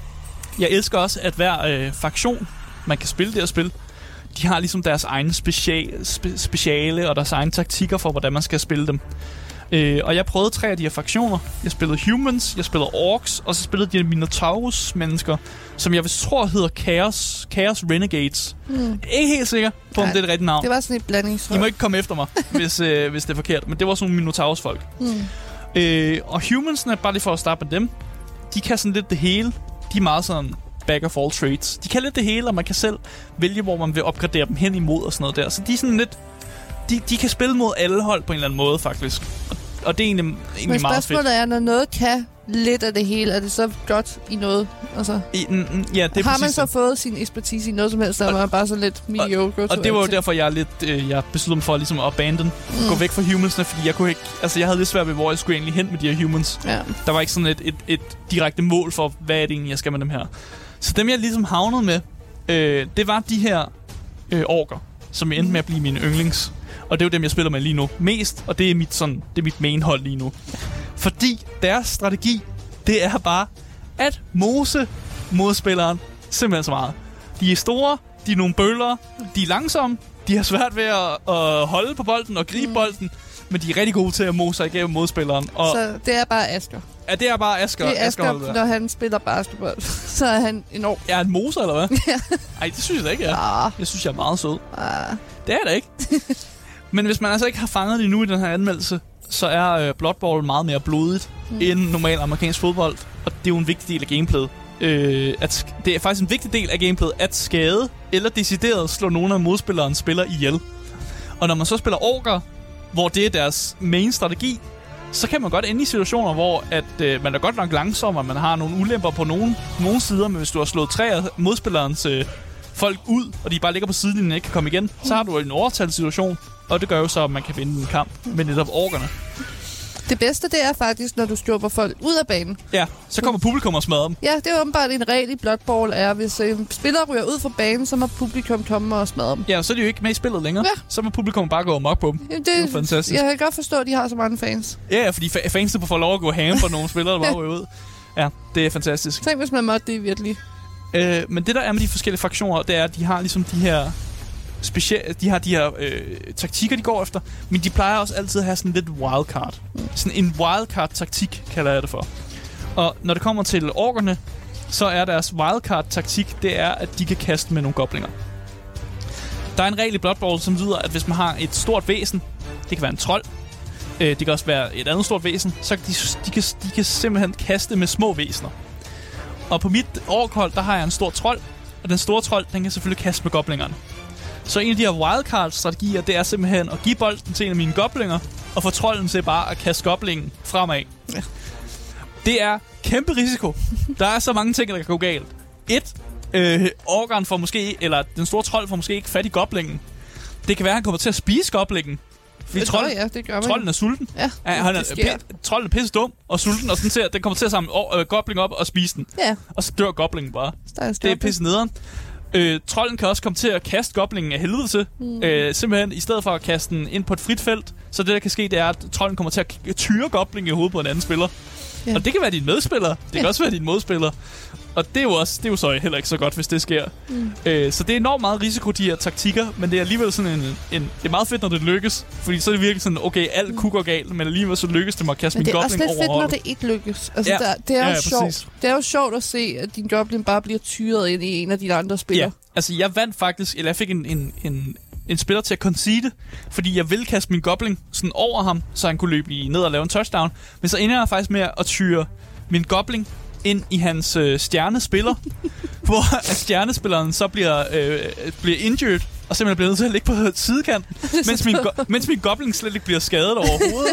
Jeg elsker også, at hver øh, faktion, man kan spille det her spil, de har ligesom deres egne speciale, spe, speciale og deres egne taktikker for, hvordan man skal spille dem. Øh, og jeg prøvede tre af de her faktioner. Jeg spillede Humans, jeg spillede Orcs, og så spillede de Minotaurus-mennesker, som jeg vist tror hedder Chaos, Chaos Renegades. Mm. Ikke helt sikker på, om Nej, det er det rigtige navn. Det var sådan et blandingshold. I må ikke komme efter mig, hvis, øh, hvis det er forkert. Men det var sådan nogle Minotaurus-folk. Mm. Øh, og Humansene, bare lige for at starte med dem, de kan sådan lidt det hele. De er meget sådan back of all trades. De kan lidt det hele, og man kan selv vælge, hvor man vil opgradere dem hen imod og sådan noget der. Så de er sådan lidt... De, de kan spille mod alle hold på en eller anden måde, faktisk. Og, og det er egentlig, egentlig Men meget fedt. spørgsmålet er, når noget kan lidt af det hele, er det så godt i noget? Altså, I, n, ja, det er har man så det. fået sin ekspertise i noget som helst, der var bare så lidt mediocre? Og, og det var jo derfor, jeg, lidt, øh, jeg besluttede mig for at ligesom abandon, mm. gå væk fra humansene, fordi jeg kunne ikke... Altså, jeg havde lidt svært ved, hvor jeg skulle egentlig hen med de her humans. Ja. Der var ikke sådan et, et, et direkte mål for, hvad er det egentlig, jeg skal med dem her. Så dem, jeg ligesom havnede med, øh, det var de her øh, orker, som endte med at blive mine yndlings. Og det er jo dem, jeg spiller med lige nu mest, og det er mit, sådan, det er mit main hold lige nu. Fordi deres strategi, det er bare at mose modspilleren simpelthen så meget. De er store, de er nogle bøller, de er langsomme, de har svært ved at, at holde på bolden og gribe mm. bolden, men de er rigtig gode til at mose sig igennem modspilleren. Og så det er bare Asger? Ja, det er bare Asger. Det er Asger, Asger når han spiller basketball. Så er han enorm. Er han moser, eller hvad? Ja. Ej, det synes jeg da ikke, jeg ah. Jeg synes, jeg er meget sød. Ah. Det er det ikke. Men hvis man altså ikke har fanget det endnu i den her anmeldelse, så er uh, Blood Bowl meget mere blodigt mm. end normal amerikansk fodbold. Og det er jo en vigtig del af gameplayet. Uh, at det er faktisk en vigtig del af gameplayet at skade eller decideret slå nogle af modspillerens spillere ihjel. Og når man så spiller orker, hvor det er deres main strategi, så kan man godt ende i situationer, hvor at, uh, man er godt nok langsom, og man har nogle ulemper på nogle, nogle sider, men hvis du har slået tre af modspillerens uh, folk ud, og de bare ligger på sidelinjen og ikke kan komme igen, så har du en overtalssituation. Og det gør jo så, at man kan vinde en kamp med netop orkerne. Det bedste, det er faktisk, når du stjåber folk ud af banen. Ja, så kommer publikum og smadrer dem. Ja, det er åbenbart en regel i Blood Bowl, er, hvis en spiller ryger ud fra banen, så må publikum komme og smadre dem. Ja, så er de jo ikke med i spillet længere. Ja. Så må publikum bare gå amok på dem. Jamen, det, det er jo fantastisk. Jeg kan godt forstå, at de har så mange fans. Ja, fordi fa- fansene får lov at gå ham på nogle spillere, der bare ryger ud. Ja, det er fantastisk. Tænk, hvis man måtte det virkelig. Øh, men det, der er med de forskellige fraktioner, det er, at de har ligesom de her... Special, de har de her øh, taktikker, de går efter, men de plejer også altid at have sådan lidt wildcard. Mm. Sådan en wildcard-taktik, kalder jeg det for. Og når det kommer til orkerne, så er deres wildcard-taktik, det er, at de kan kaste med nogle goblinger. Der er en regel i Blood Bowl, som lyder, at hvis man har et stort væsen, det kan være en trold, øh, det kan også være et andet stort væsen, så kan de, de, kan, de kan simpelthen kaste med små væsener. Og på mit orkhold, der har jeg en stor trold, og den store trold, den kan selvfølgelig kaste med goblingerne. Så en af de her wildcard-strategier, det er simpelthen at give bolden til en af mine goblinger, og få trolden til bare at kaste goblingen fremad. Ja. Det er kæmpe risiko. Der er så mange ting, der kan gå galt. Et, øh, orkeren får måske, eller den store trold får måske ikke fat i goblingen. Det kan være, at han kommer til at spise goblingen. Fordi det trold, ja, det gør man. trolden er sulten. Ja, ja, han er, p- trolden er pisse dum og sulten, og sådan ser, den kommer til at samle øh, goblingen op og spise den. Ja. Og så dør goblingen bare. Stærk, det er pisse nederen. Øh, trolden kan også komme til at kaste goblingen af helvede til. Mm. Øh, simpelthen, i stedet for at kaste den ind på et frit felt, så det, der kan ske, det er, at trolden kommer til at tyre goblingen i hovedet på en anden spiller. Yeah. Og det kan være din medspiller. Det yeah. kan også være din modspiller. Og det er jo også, det er jo så heller ikke så godt, hvis det sker. Mm. Øh, så det er enormt meget risiko, de her taktikker, men det er alligevel sådan en, en... Det er meget fedt, når det lykkes. Fordi så er det virkelig sådan, okay, alt kunne gå galt, men alligevel så lykkes det mig at kaste min gobling over. Det er også lidt fedt, når det ikke lykkes. Altså, ja. der, det, er ja, ja, sjovt. det er jo sjovt at se, at din goblin bare bliver tyret ind i en af de andre spillere. Ja, altså jeg vandt faktisk, eller jeg fik en... en, en en spiller til at concede, fordi jeg ville kaste min goblin sådan over ham, så han kunne løbe ned og lave en touchdown. Men så ender jeg faktisk med at tyre min goblin ind i hans øh, stjernespiller, hvor at stjernespilleren så bliver, øh, bliver injured, og simpelthen bliver nødt til at ligge på sidekant, mens min, go- mens min goblin slet ikke bliver skadet overhovedet.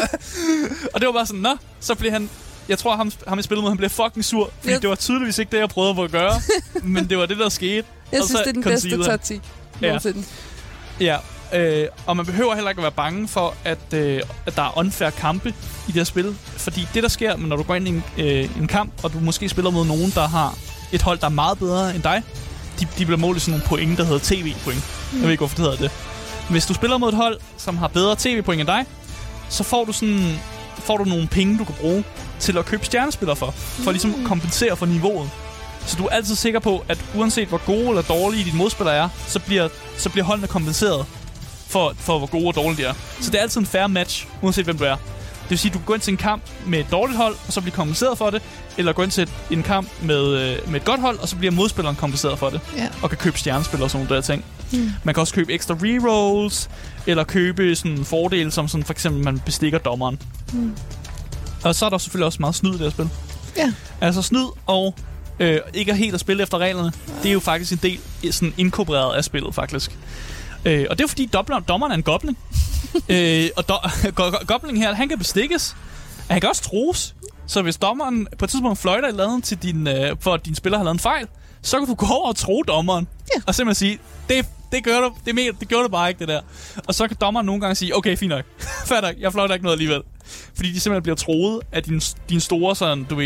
Og det var bare sådan, nå, så bliver han... Jeg tror, ham, ham i spillet mod, han blev fucking sur, fordi yep. det var tydeligvis ikke det, jeg prøvede at gøre, men det var det, der skete. Jeg og synes, det er den bedste taktik. Ja. Ja, øh, og man behøver heller ikke at være bange for, at, øh, at der er unfair kampe i det her spil. Fordi det, der sker, når du går ind i en, øh, en kamp, og du måske spiller mod nogen, der har et hold, der er meget bedre end dig, de, de bliver målt i sådan nogle point, der hedder T V-point. Mm. Jeg ved ikke, hvorfor det hedder det. Hvis du spiller mod et hold, som har bedre T V-point end dig, så får du sådan får du nogle penge, du kan bruge til at købe stjernespillere for. For at ligesom kompensere for niveauet. Så du er altid sikker på, at uanset hvor gode eller dårlige dine modspillere er, så bliver, så bliver holdene kompenseret for, for hvor gode og dårlige de er. Så det er altid en fair match, uanset hvem du er. Det vil sige, at du kan gå ind til en kamp med et dårligt hold, og så bliver kompenseret for det. Eller gå ind til en kamp med, med et godt hold, og så bliver modspilleren kompenseret for det. Yeah. Og kan købe stjernespillere og sådan nogle der ting. Mm. Man kan også købe ekstra rerolls, eller købe sådan en fordel, som sådan for eksempel, man bestikker dommeren. Mm. Og så er der selvfølgelig også meget snyd i det her spil. Yeah. Altså snyd og... Øh, ikke helt at spille efter reglerne. Det er jo faktisk en del sådan inkorporeret af spillet, faktisk. Øh, og det er jo fordi, dommeren er en goblin. øh, og do- go- goblin her, han kan bestikkes. Han kan også trues. Så hvis dommeren på et tidspunkt fløjter et eller andet til din, øh, for at din spiller har lavet en fejl, så kan du gå over og tro dommeren. Yeah. Og simpelthen sige, det, det, gør du, det, mener, det gjorde du bare ikke, det der. Og så kan dommeren nogle gange sige, okay, fint nok. Fair nok, jeg fløjter ikke noget alligevel. Fordi de simpelthen bliver troet af din, din store, sådan, du ved...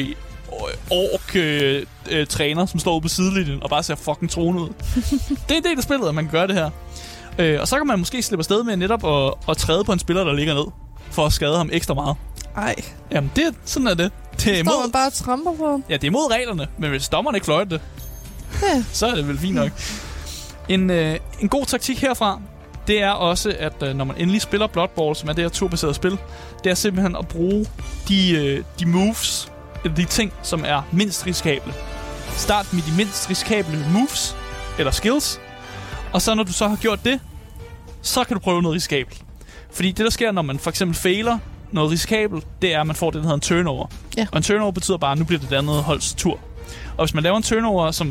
ork-træner, øh, som står ude på sidelinjen og bare ser fucking troende ud. Det er en del af spillet, at man kan gøre det her. Øh, og så kan man måske slippe afsted med netop at, at træde på en spiller, der ligger ned, for at skade ham ekstra meget. Ej. Jamen, det, sådan er det. Det er imod... man bare tramper på. Ja, det er imod reglerne, men hvis dommeren ikke fløjter det, ja. så er det vel fint nok. En, øh, en god taktik herfra, det er også, at øh, når man endelig spiller Blood Bowl, som er det her turbaserede spil, det er simpelthen at bruge de, øh, de moves, de ting, som er mindst risikable. Start med de mindst risikable moves, eller skills, og så når du så har gjort det, så kan du prøve noget risikabelt. Fordi det, der sker, når man for eksempel fejler noget risikabelt, det er, at man får det, der hedder en turnover. Ja. Og en turnover betyder bare, at nu bliver det det andet holds tur. Og hvis man laver en turnover, som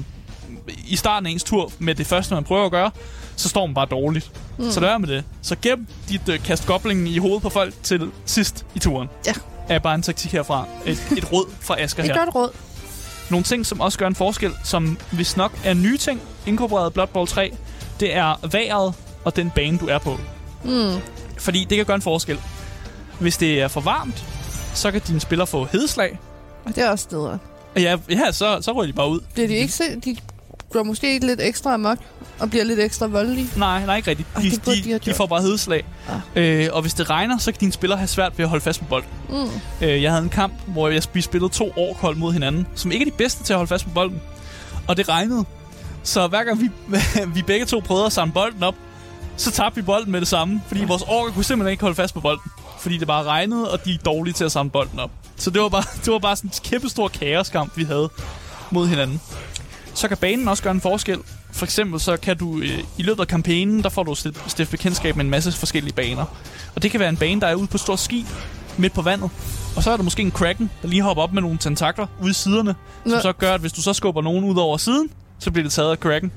i starten af ens tur, med det første, man prøver at gøre, så står man bare dårligt. Mm. Så lad være med det. Så gem dit uh, kast goblingen i hovedet på folk til sidst i turen. Ja. Er bare en taktik herfra. Et, et råd fra Asger her. Et godt råd. Nogle ting, som også gør en forskel, som hvis nok er nye ting, inkorporeret Blood Bowl tre, det er vejret og den bane, du er på. Mm. Fordi det kan gøre en forskel. Hvis det er for varmt, så kan dine spillere få hedeslag. Og det er også steder. Ja, ja så, så ryger de bare ud. Bliver de ikke se, de går måske lidt ekstra amok og bliver lidt ekstra voldelige? Nej, nej, ikke rigtigt. De, Ej, de, de, de får bare hedeslag. Ah. Øh, og hvis det regner, så kan dine spillere have svært ved at holde fast på bolden. Mm. Øh, jeg havde en kamp, hvor jeg spillede to orkhold mod hinanden, som ikke er de bedste til at holde fast på bolden. Og det regnede. Så hver gang vi, vi begge to prøvede at samle bolden op, så tabte vi bolden med det samme. Fordi ja. vores orker kunne simpelthen ikke holde fast på bolden. Fordi det bare regnede, og de er dårlige til at samle bolden op. Så det var bare, det var bare sådan en kæmpe stor kaoskamp, vi havde mod hinanden. Så kan banen også gøre en forskel. For eksempel så kan du øh, i løbet af kampagnen, der får du stiftet bekendtskab med en masse forskellige baner. Og det kan være en bane, der er ude på et stort skib midt på vandet. Og så er der måske en kraken, der lige hopper op med nogle tentakler ude i siderne. Som ja. så gør, at hvis du så skubber nogen ud over siden, så bliver det taget af kraken.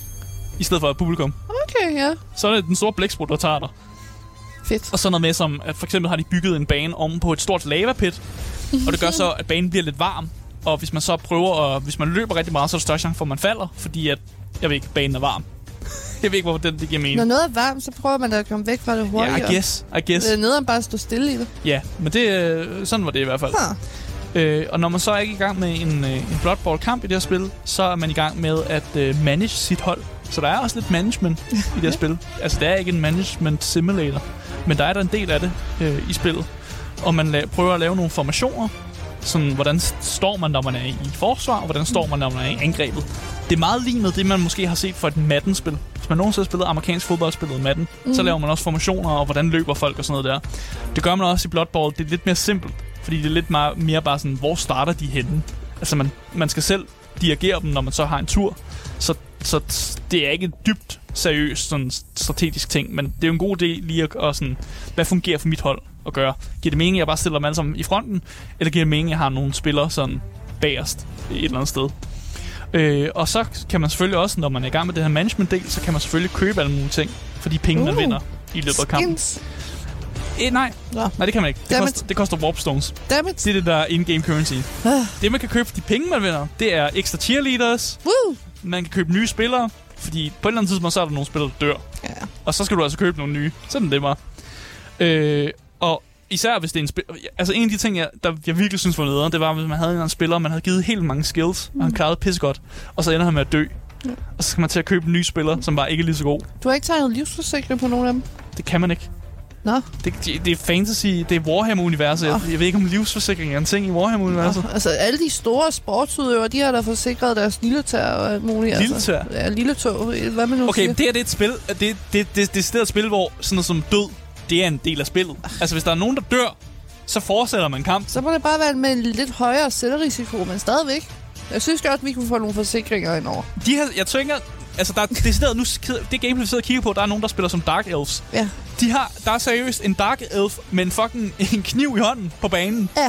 I stedet for et publikum. Okay, ja. Så er det den store blæksprut, der tager dig. Fedt. Og så noget med som, at for eksempel har de bygget en bane om på et stort lavapit. Og det gør så, at banen bliver lidt varm. Og hvis man så prøver at, hvis man løber rigtig meget, så er der større chance for, at man falder. Fordi at, jeg ved ikke, banen er varm. Jeg ved ikke, hvorfor den det giver mening. Når noget er varmt, så prøver man da at komme væk fra det hurtigt. Ja, I guess, I guess. Det er nede, bare stå stille i det. Ja, men det, sådan var det i hvert fald. Øh, og når man så er ikke i gang med en, øh, en Blood Bowl-kamp i det her spil, så er man i gang med at øh, manage sit hold. Så der er også lidt management i det her spil. Altså, det er ikke en management simulator, men der er der en del af det øh, i spillet. Og man la- prøver at lave nogle formationer. Sådan, hvordan står man, når man er i forsvar, og hvordan står man, når man er i angrebet. Det er meget lignet det, man måske har set for et Madden-spil. Hvis man nogensinde har spillet amerikansk fodboldspillet Madden, mm. så laver man også formationer, og hvordan løber folk og sådan noget der. Det gør man også i Blood Bowl. Det er lidt mere simpelt, fordi det er lidt mere, mere bare sådan, hvor starter de henne? Altså, man, man skal selv dirigere dem, når man så har en tur. Så, så det er ikke et dybt seriøst sådan strategisk ting, men det er jo en god idé lige at og sådan, hvad fungerer for mit hold at gøre? Giver det mening, at jeg bare stiller dem alle sammen i fronten, eller giver det mening, at jeg har nogle spillere sådan bagerst et eller andet sted? Øh, og så kan man selvfølgelig også, når man er i gang med det her management-del, så kan man selvfølgelig købe alle mulige ting for de penge, uh, man vinder i løbet af kampen. Eh, nej. Ja. nej, det kan man ikke. Det koster, det koster warpstones. Dammit. Det er det, der er in-game currency. Uh. Det, man kan købe for de penge, man vinder, det er ekstra cheerleaders. Woo. Man kan købe nye spillere, fordi på et eller andet tidspunkt, så er der nogle spillere, der dør. Ja. Og så skal du altså købe nogle nye. Sådan det var. Øh, og især hvis det er en spiller... Altså en af de ting, jeg, der jeg virkelig synes var nederen, det var, hvis man havde en eller anden spiller, man havde givet helt mange skills, mm. og han klarede pissegodt, og så ender han med at dø. Ja. Og så skal man til at købe en ny spiller, som bare ikke er lige så god. Du har ikke taget livsforsikring på nogen af dem? Det kan man ikke. Nå. Det, det er fantasy, det er Warhammer-universet. Jeg, jeg ved ikke, om livsforsikring er en ting i Warhammer-universet. Nå. Altså, alle de store sportsudøvere, de har da forsikret deres lille tær og alt muligt. Lille tær? Altså. Ja, lille tog. Hvad man nu okay, siger. det her det er et spil. Det, det, det, det, det er et spil, hvor sådan noget som død, det er en del af spillet. Altså, hvis der er nogen, der dør, så fortsætter man kamp. Så må det bare være med en lidt højere selvrisiko, men stadigvæk. Jeg synes godt, at vi kunne få nogle forsikringer indover. De her, jeg tænker... Altså, der er decideret nu... Det gameplay, vi sidder og kigger på, der er nogen, der spiller som Dark Elves. Ja. De har... Der er seriøst en Dark Elf med en fucking en kniv i hånden på banen. Ja.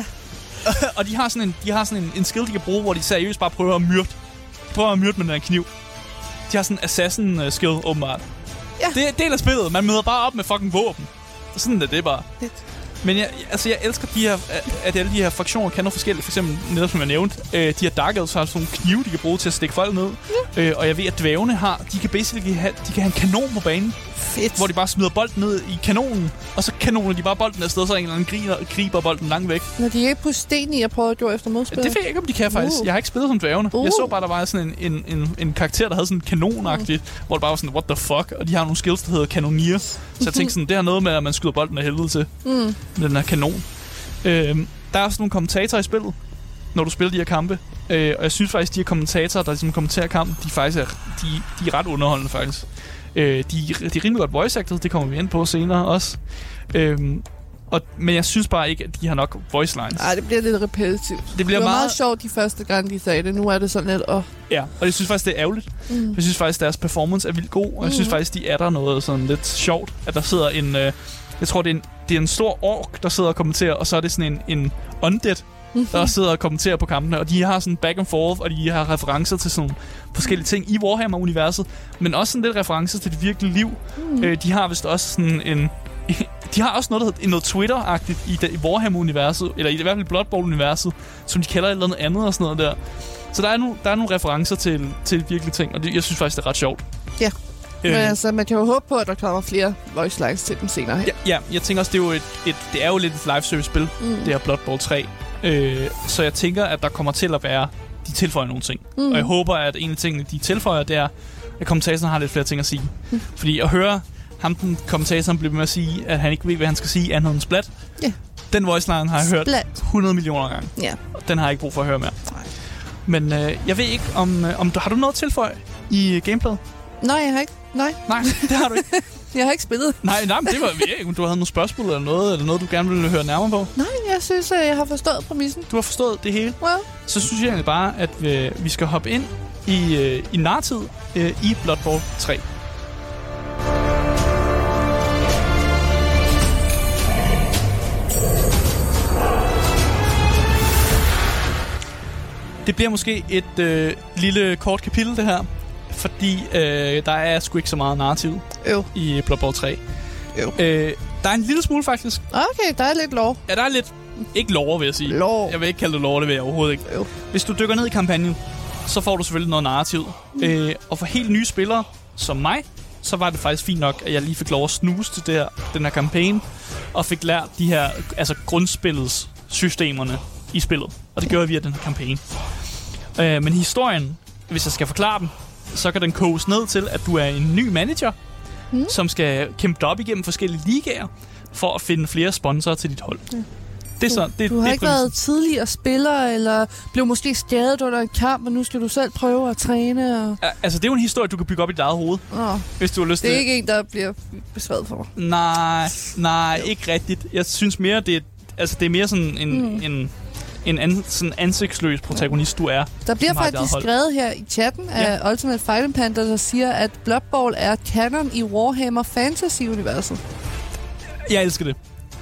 Og de har sådan, en, de har sådan en, en skill, de kan bruge, hvor de seriøst bare prøver at myrde. Prøver at myrde med den her kniv. De har sådan en assassin-skill, åbenbart. Ja. Det er del af spillet. Man møder bare op med fucking våben. Sådan er det bare. Lidt. Men jeg, altså, jeg elsker de her, at alle de her fraktioner kan noget forskelligt. For eksempel, netop som jeg nævnte, øh, de her Dark Elves har sådan nogle knive, de kan bruge til at stikke folk ned. Ja. Øh, og jeg ved, at dvævene har, de kan basically have, de kan have en kanon på banen. Fedt. Hvor de bare smider bolden ned i kanonen, og så kanoner de bare bolden afsted, så en eller anden griber, griber bolden langt væk. Når de ikke på sten i at prøve at gå efter modspillere? Det ved jeg ikke, om de kan faktisk. Uh. Jeg har ikke spillet som dvævene. Uh. Jeg så bare, der var sådan en, en, en, en karakter, der havde sådan kanonagtigt, uh. hvor det bare var sådan, what the fuck? Og de har nogle skills, der hedder kanonier. Så jeg tænkte sådan, det har noget med, at man skyder bolden af helvede til. Mm. Med den her kanon. Øhm, der er også nogle kommentatorer i spillet, når du spiller de her kampe. Øh, og jeg synes faktisk, de her kommentatorer, der ligesom kommenterer kampen, de faktisk er, de, de er ret underholdende faktisk. Øh, de, de er rimelig godt voice acted, det kommer vi ind på senere også. Øhm, og, men jeg synes bare ikke, at de har nok voice lines. Nej, det bliver lidt repetitivt. Det bliver det var meget... meget sjovt de første gange, de sagde det. Nu er det sådan lidt... Åh. Ja, og jeg synes faktisk, det er ærgerligt. Mm. Jeg synes faktisk, deres performance er vildt god, og jeg synes mm. faktisk, de er der noget sådan lidt sjovt, at der sidder en... Øh, jeg tror, det er en, det er en stor ork, der sidder og kommenterer, og så er det sådan en, en undead, mm-hmm. der sidder og kommenterer på kampene, og de har sådan back and forth, og de har referencer til sådan forskellige ting i Warhammer-universet, men også sådan lidt referencer til det virkelige liv. Mm. Øh, de har vist også sådan en... De har også noget, der hedder noget Twitter-agtigt i, det, i Warhammer-universet, eller i det, i hvert fald Blood Bowl-universet, som de kalder et eller andet andet og sådan noget der. Så der er, nu, der er nogle referencer til, til virkelige ting, og det, jeg synes faktisk, det er ret sjovt. Ja. Men altså, man kan jo håbe på, at der kommer flere voice lines til dem senere. Ja, ja, jeg tænker også, det er jo, et, et, det er jo lidt et live-service-spil, mm. det her Blood Bowl tre. Øh, så jeg tænker, at der kommer til at være, de tilføjer nogle ting. Mm. Og jeg håber, at en af tingene, de tilføjer, det er, at kommentatoren har lidt flere ting at sige. Mm. Fordi at høre ham, den kommentatoren, bliver med at sige, at han ikke ved, hvad han skal sige, andet end splat. Yeah. Den voice line har jeg hørt splat. hundrede millioner gange. Yeah. Den har jeg ikke brug for at høre mere. Nej. Men øh, jeg ved ikke, om, øh, om du har du noget at tilføje i øh, gameplayet? Nej, jeg har ikke. Nej. Nej, det har du ikke. Jeg har ikke spillet. Nej, nej, men det var ikke. Du havde nogle spørgsmål eller noget, eller noget, du gerne ville høre nærmere på. Nej, jeg synes, jeg har forstået præmissen. Du har forstået det hele? Well. Så synes jeg egentlig bare, at vi, vi skal hoppe ind i, øh, i nartid øh, i Blood Bowl tre. Det bliver måske et øh, lille kort kapitel, det her. Fordi øh, der er sgu ikke så meget narrativ Øv. i Blood Bowl tre. Øv. Øh, der er en lille smule, faktisk. Okay, der er lidt lore. Ja, der er lidt... Ikke lore, vil jeg sige. Lore. Jeg vil ikke kalde det lore, det vil jeg overhovedet ikke. Øv. Hvis du dykker ned i kampagnen, så får du selvfølgelig noget narrativ. Mm. Øh, og for helt nye spillere, som mig, så var det faktisk fint nok, at jeg lige fik lov at snuse til det her, den her kampagne, og fik lært de her, altså grundspillets systemerne i spillet. Og det gør jeg via den her kampagne. Øh, men historien, hvis jeg skal forklare den, så kan den koges ned til, at du er en ny manager, mm. som skal kæmpe dig op igennem forskellige ligaer, for at finde flere sponsorer til dit hold. Mm. Det er så, det, du har det ikke været tidligere spiller, eller blev måske skadet under en kamp, og nu skal du selv prøve at træne. Og... Altså, det er jo en historie, du kan bygge op i dit eget hoved, oh. hvis du har lyst til det. Det er ikke en, der bliver besvaret for. Nej, nej, ikke rigtigt. Jeg synes mere, det er, altså, det er mere sådan en, mm. en, en an, sådan ansigtsløs protagonist, du er. Der bliver faktisk skrevet her i chatten af ja. Ultimate Fighting Panda, der siger, at Blood Bowl er canon i Warhammer Fantasy-universet. Jeg elsker det.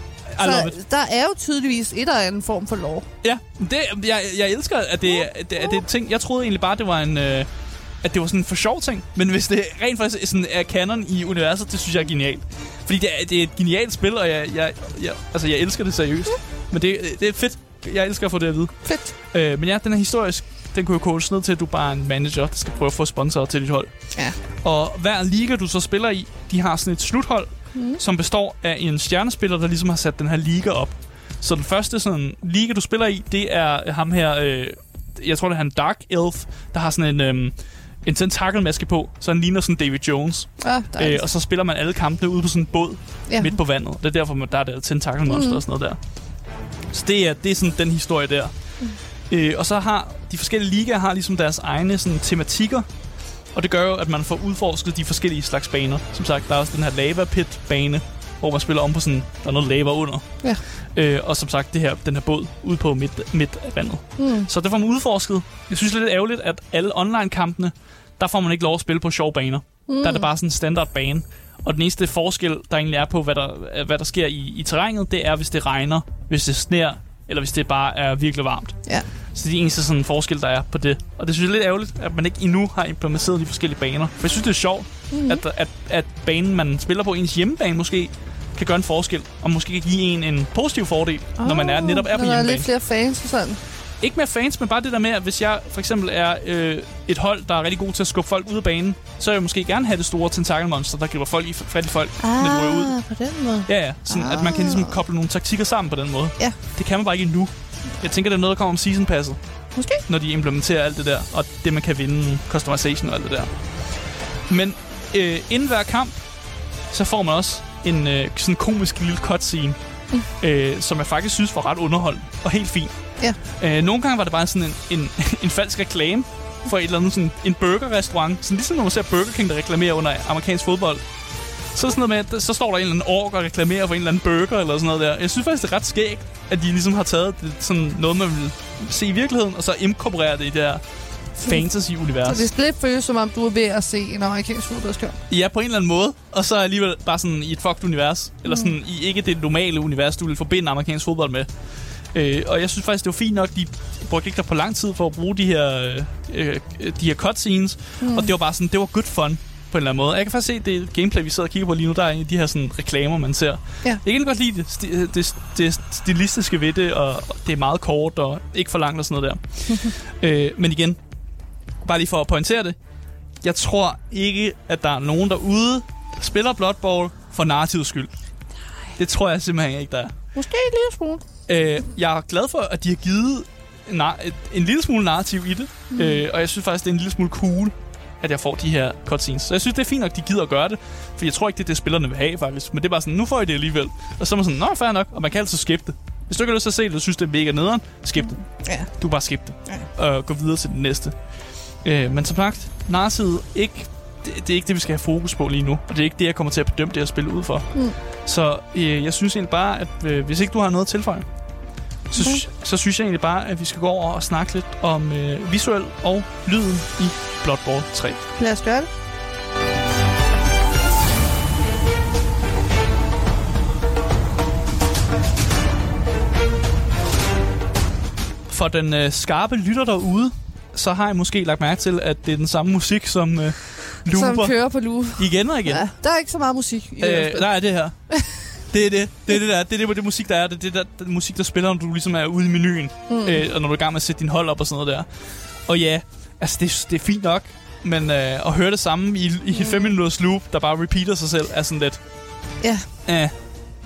Så der er jo tydeligvis et eller andet form for lore. Ja, det, jeg, jeg elsker, at det, at det, at det er ting. Jeg troede egentlig bare, det var en, øh, at det var sådan en for sjov ting. Men hvis det rent faktisk sådan er canon i universet, det synes jeg er genialt. Fordi det er, det er et genialt spil, og jeg, jeg, jeg, altså, jeg elsker det seriøst. Mm. Men det, det er fedt. Jeg elsker at få det at vide. Fedt. Øh, men ja, den er historisk. Den kunne jo koges ned til, at du bare er en manager, der skal prøve at få sponsorer til dit hold. Ja. Og hver liga, du så spiller i, de har sådan et sluthold, Mm. som består af en stjernespiller, der ligesom har sat den her liga op. Så den første sådan liga, du spiller i, det er ham her, øh, jeg tror det er han Dark Elf, der har sådan en, øh, en tentakelmaske på, så han ligner sådan David Jones. Ah, øh, og så spiller man alle kampene ude på sådan en båd ja. midt på vandet. Det er derfor, man, der er der tentakelmonster mm. og sådan noget der. Så det er, det er sådan den historie der. Mm. Øh, og så har de forskellige ligaer har ligesom deres egne sådan tematikker. Og det gør jo, at man får udforsket de forskellige slags baner. Som sagt, der er også den her lava pit bane, hvor man spiller om på sådan, der er noget lava under. Ja. Øh, og som sagt, det her, den her båd ude på midt, midt af vandet. Mm. Så det får man udforsket. Jeg synes det er lidt ærgerligt, at alle online-kampene, der får man ikke lov at spille på sjove baner. Mm. Der er det bare sådan en standard bane. Og den eneste forskel, der egentlig er på, hvad der, hvad der sker i, i terrænet, det er, hvis det regner, hvis det sner, eller hvis det bare er virkelig varmt. Ja. Så det er eneste sådan forskel, der er på det. Og det synes jeg er lidt ærgerligt, at man ikke endnu har implementeret de forskellige baner. For jeg synes, det er sjovt, mm-hmm. at, at, at banen, man spiller på, ens hjemmebane måske, kan gøre en forskel. Og måske kan give en en positiv fordel, oh, når man er, netop er på hjemmebane. Der er lidt flere fans og sådan. Ikke mere fans, men bare det der med, at hvis jeg for eksempel er øh, et hold, der er rigtig god til at skubbe folk ud af banen, så vil jeg måske gerne have det store tentakelmonster, der griber folk i fat i folk, ah, når de ryger ud. På den måde. Ja, ja. Sådan, ah. at man kan ligesom koble nogle taktikker sammen på den måde. Ja. Det kan man bare ikke endnu. Jeg tænker, det er noget, der kommer om season passet. Måske. Når de implementerer alt det der, og det, man kan vinde, customization og alt det der. Men øh, inden hver kamp, så får man også en øh, sådan komisk lille cutscene, mm. øh, som jeg faktisk synes var ret underholdende og helt fint. Ja. Øh, nogle gange var det bare sådan en, en, en falsk reklame for et eller andet, sådan en burgerrestaurant. Sådan ligesom når man ser Burger King, der reklamerer under amerikansk fodbold. Så er sådan noget med, at så står der en eller anden ork og reklamerer for en eller anden burger eller sådan noget der. Jeg synes faktisk, det er ret skægt, at de ligesom har taget det, sådan noget, man vil se i virkeligheden, og så inkorporerer det i det her fantasy-univers. Så det føles som om, du er ved at se en amerikansk fodboldskamp? Ja, på en eller anden måde. Og så alligevel bare sådan i et fucked univers. Mm. Eller sådan i ikke det normale univers, du vil forbinde amerikansk fodbold med. Øh, og jeg synes faktisk, det var fint nok, de brugte ikke der på lang tid for at bruge de her, øh, de her cutscenes. Mm. Og det var bare sådan, det var good fun på en eller anden måde. Jeg kan faktisk se, det gameplay, vi sidder og kigger på lige nu, der er de her sådan reklamer, man ser. Ja. Jeg kan egentlig godt lide det, det, det stilistiske ved det, og det er meget kort og ikke for langt og sådan noget der. øh, men igen, bare lige for at pointere det, jeg tror ikke, at der er nogen derude, der spiller Blood Bowl for narrativets skyld. Det tror jeg simpelthen ikke, der er. Måske en lille smule. Øh, jeg er glad for, at de har givet en, en lille smule narrativ i det, mm. øh, og jeg synes faktisk, det er en lille smule cool, at jeg får de her cutscenes. Så jeg synes, det er fint nok, at de gider at gøre det, for jeg tror ikke, det er det, spillerne vil have, faktisk. Men det er bare sådan, nu får I det alligevel. Og så er man sådan, nå, fair nok, og man kan altid skip det. Hvis du ikke har lyst til at se det, og synes, det er mega nederen, skip det. Ja. Du bare skip det. Ja. Og gå videre til den næste. Øh, men som sagt, narrativet, ikke, det, det er ikke det, vi skal have fokus på lige nu. Og det er ikke det, jeg kommer til at bedømme det her spil ud for. Mm. Så øh, jeg synes egentlig bare, at øh, hvis ikke du har noget at tilføje, så, okay. så, så synes jeg egentlig bare, at vi skal gå over og snakke lidt om øh, visuel og lyden i Blood Bowl tre. Lad os gøre det. For den øh, skarpe lytter derude, så har jeg måske lagt mærke til, at det er den samme musik, som øh, looper. Som kører på loop. Igen og igen. Ja, der er ikke så meget musik i øh, det. Der er det her. Det er det. Det er det der. Det er det, det musik, der er. Det er det, der, det musik, der spiller, når du ligesom er ude i menuen. Mm. Øh, og når du er i gang med at sætte din hold op og sådan noget der. Og ja, altså det, det er fint nok. Men øh, at høre det samme i, i et fem minutters loop, der bare repeater sig selv, er sådan lidt... Ja. Øh,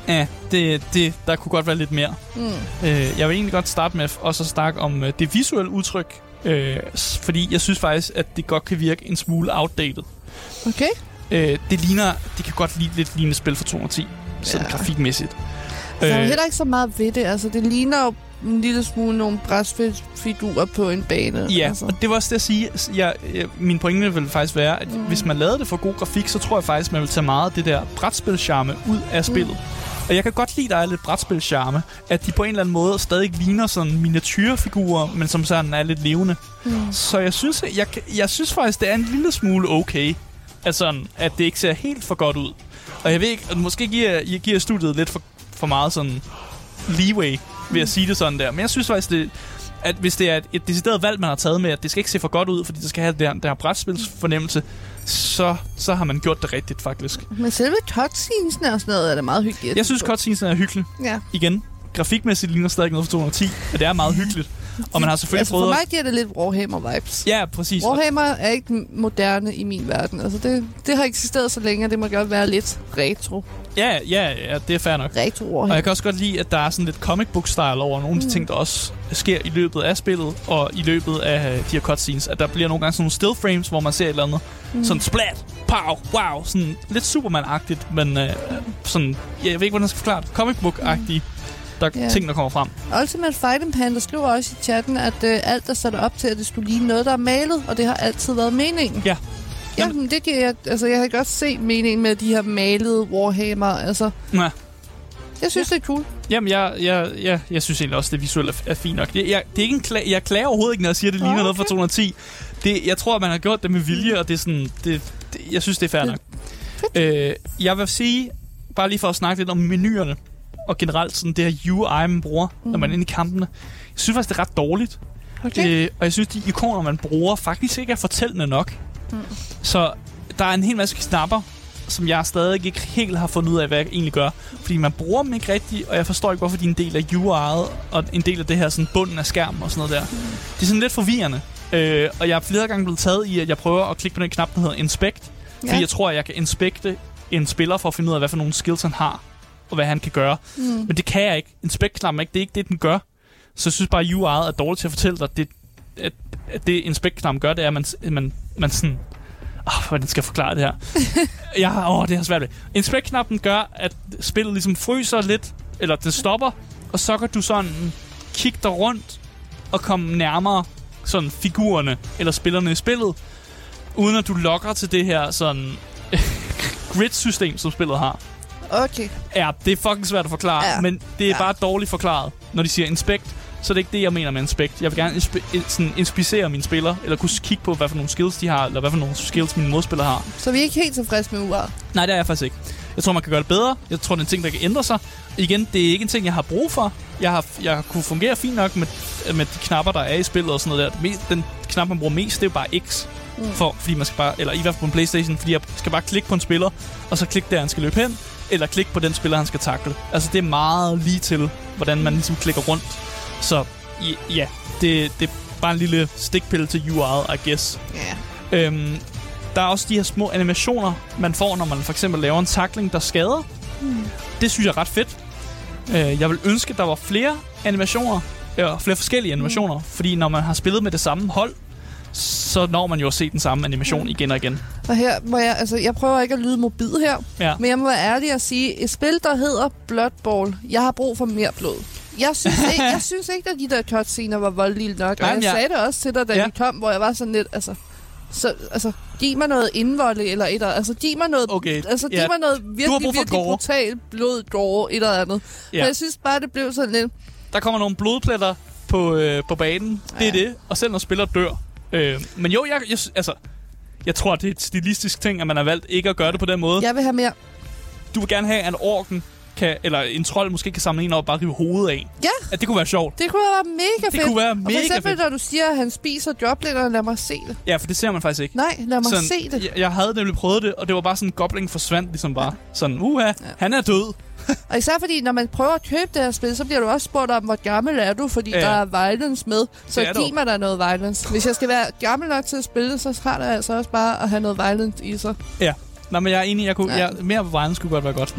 Ja, det, det, der kunne godt være lidt mere. Mm. Øh, jeg vil egentlig godt starte med også at snakke om øh, det visuelle udtryk, øh, fordi jeg synes faktisk, at det godt kan virke en smule outdated. Okay. Øh, det ligner, det kan godt lide lidt lignende spil for to tusind og ti, sådan ja. grafikmæssigt. Der er øh, heller ikke så meget ved det. Altså, det ligner jo en lille smule nogle brætspilsfigurer på en bane. Ja, altså. og det var også det at sige. Jeg, jeg, min pointe vil faktisk være, at mm. hvis man lavede det for god grafik, så tror jeg faktisk, man vil tage meget af det der brætspilscharme ud af spillet. Mm. Og jeg kan godt lide, at der er lidt brætspilscharme, at de på en eller anden måde stadig ligner sådan miniatyrfigurer, men som sådan er lidt levende. Mm. Så jeg synes, jeg, jeg synes faktisk, det er en lille smule okay, at, sådan, at det ikke ser helt for godt ud. Og jeg ved ikke, at måske giver, jeg giver studiet lidt for, for meget sådan leeway ved at sige det sådan der. Men jeg synes faktisk, det, at hvis det er et, et decideret valg, man har taget med, at det skal ikke se for godt ud, fordi det skal have det her, det her brætspilsfornemmelse, så, så har man gjort det rigtigt, faktisk. Men selve cutscenes'ene og sådan noget er da meget hyggeligt. Jeg synes, cutscenes'ene er hyggelige. Ja. Igen, grafikmæssigt ligner stadig noget for to tusind og ti, og det er meget hyggeligt. Og man har selvfølgelig altså, prøvet... for mig giver det lidt Warhammer-vibes. Ja, præcis. Warhammer er ikke moderne i min verden. Altså, det, det har eksisteret så længe, og det må godt være lidt retro. Ja, ja, ja, det er fair nok. Retro Warhammer. Og jeg kan også godt lide, at der er sådan lidt comic book-style over nogle af de mm. ting, der også sker i løbet af spillet, og i løbet af de her cutscenes. At der bliver nogle gange sådan nogle still frames, hvor man ser et eller andet. Mm. Sådan splat, pow, wow. Sådan lidt Superman-agtigt, men øh, sådan... Jeg ved ikke, hvordan jeg skal forklare det. Comic book-agtigt. Mm. Der er yeah. ting, der kommer frem. Ultimate Fighting Panda skriver også i chatten, at øh, alt er sat op til, at det skulle ligne noget, der er malet, og det har altid været meningen. Ja. Ja, men det giver jeg... Altså, jeg kan godt se meningen med de her malede Warhammer, altså... Ja. Jeg synes, ja. det er cool. Jamen, jeg, jeg, jeg, jeg synes egentlig også, det visuelle er, er fint nok. Jeg, jeg, det er ikke en kla- jeg klager overhovedet ikke, når jeg siger, at det ligner okay. noget fra to tusind og ti. Det, jeg tror, at man har gjort det med vilje, og det er sådan... Det, det, jeg synes, det er fair nok. Øh, jeg vil sige, bare lige for at snakke lidt om menuerne, og generelt sådan det her U I, man bruger, mm. når man er inde i kampene. Jeg synes faktisk, det er ret dårligt. Okay. Øh, og jeg synes, de ikoner, man bruger, faktisk ikke er fortællende nok. Mm. Så der er en hel masse knapper, som jeg stadig ikke helt har fundet ud af, hvad jeg egentlig gør. Fordi man bruger dem ikke rigtigt, og jeg forstår ikke, hvorfor de er en del af U I'et, og en del af det her sådan bunden af skærmen og sådan noget der. Mm. Det er sådan lidt forvirrende. Øh, og jeg er flere gange blevet taget i, at jeg prøver at klikke på den knap, der hedder Inspect. Ja. Fordi jeg tror, at jeg kan inspekte en spiller for at finde ud af, hvad for nogle skills han har, og hvad han kan gøre. Mm. Men det kan jeg ikke. Inspect-knappen ikke. Det er ikke det, den gør. Så jeg synes bare, at U I'et er dårligt til at fortælle dig, det, at, at det Inspect-knappen gør, det er, at man, man, man sådan... Åh, oh, hvordan skal jeg forklare det her? ja, åh, oh, det er svært ved. Inspect-knappen gør, at spillet ligesom fryser lidt, eller det stopper, og så kan du sådan kigge dig rundt og komme nærmere sådan figurerne eller spillerne i spillet, uden at du logger til det her sådan grid-system, som spillet har. Okay. Ja, det er fucking svært at forklare, ja. men det er ja. bare dårligt forklaret. Når de siger inspect, så er det ikke det, jeg mener med inspect. Jeg vil gerne inspe- sådan inspicere mine spillere, eller kunne kigge på, hvad for nogle skills de har, eller hvad for nogle skills mine modspillere har. Så vi er ikke helt tilfredse med U I'et? Nej, det er jeg faktisk ikke. Jeg tror, man kan gøre det bedre. Jeg tror, det er en ting, der kan ændre sig. Igen, det er ikke en ting, jeg har brug for. Jeg har, jeg kunne fungere fint nok med, med de knapper, der er i spillet og sådan noget der. Den knap, man bruger mest, det er jo bare X. Mm. For, fordi man skal bare, eller i hvert fald på en PlayStation, fordi jeg skal bare klikke på en spiller, og så klikke der, han skal løbe hen, eller klikke på den spiller, han skal tackle. Altså, det er meget lige til, hvordan man ligesom klikker rundt. Så ja, det, det er bare en lille stikpille til U I'et, I guess. Yeah. Øhm, der er også de her små animationer, man får, når man for eksempel laver en tackling, der skader. Mm. Det synes jeg er ret fedt. Øh, jeg vil ønske, der var flere animationer, øh, flere forskellige animationer, mm. fordi når man har spillet med det samme hold, så når man jo at se den samme animation mm. igen og igen. Og her må jeg, altså jeg prøver ikke at lyde morbid her, ja. men jeg må være ærlig at sige, et spil, der hedder Blood Bowl, jeg har brug for mere blod. Jeg synes ikke, jeg synes ikke at de der cutscener var voldelige nok, og jeg ja. sagde det også til dig, da ja. vi kom, hvor jeg var sådan lidt, altså, så, altså, giv mig noget indvolde eller et eller andet, altså, giv mig noget, okay. altså, giv ja. mig noget virkelig, virkelig brutalt blod, gore, et eller andet. Ja. Men jeg synes bare, det blev sådan lidt... Der kommer nogle blodpletter på, øh, på banen, ja. det er det, og selv når spiller dør. Øh, men jo, jeg, jeg, altså, jeg tror, det er et stilistisk ting, at man har valgt ikke at gøre det på den måde. Jeg vil have mere. Du vil gerne have, at orken kan, eller en trold måske kan samle en op og bare rive hovedet af. Ja. At det kunne være sjovt. Det kunne være mega fedt. Det kunne være mega fedt. Og for eksempel, fedt. når du siger, at han spiser gobliner, lad mig se det. Ja, for det ser man faktisk ikke. Nej, lad mig sådan, se det. Jeg, jeg havde nemlig prøvet det, og det var bare sådan, goblin forsvandt ligesom bare. Sådan, uha, ja. han er død. Og især fordi, når man prøver at købe det her spil, så bliver du også spurgt om, hvor gammel er du, fordi ja. der er violence med. Så giv mig der noget violence. Hvis jeg skal være gammel nok til at spille det, så har det altså også bare at have noget violence i sig. Ja, nå, men jeg er enig, jeg kunne, ja. jeg, mere violence kunne godt være godt. Mere.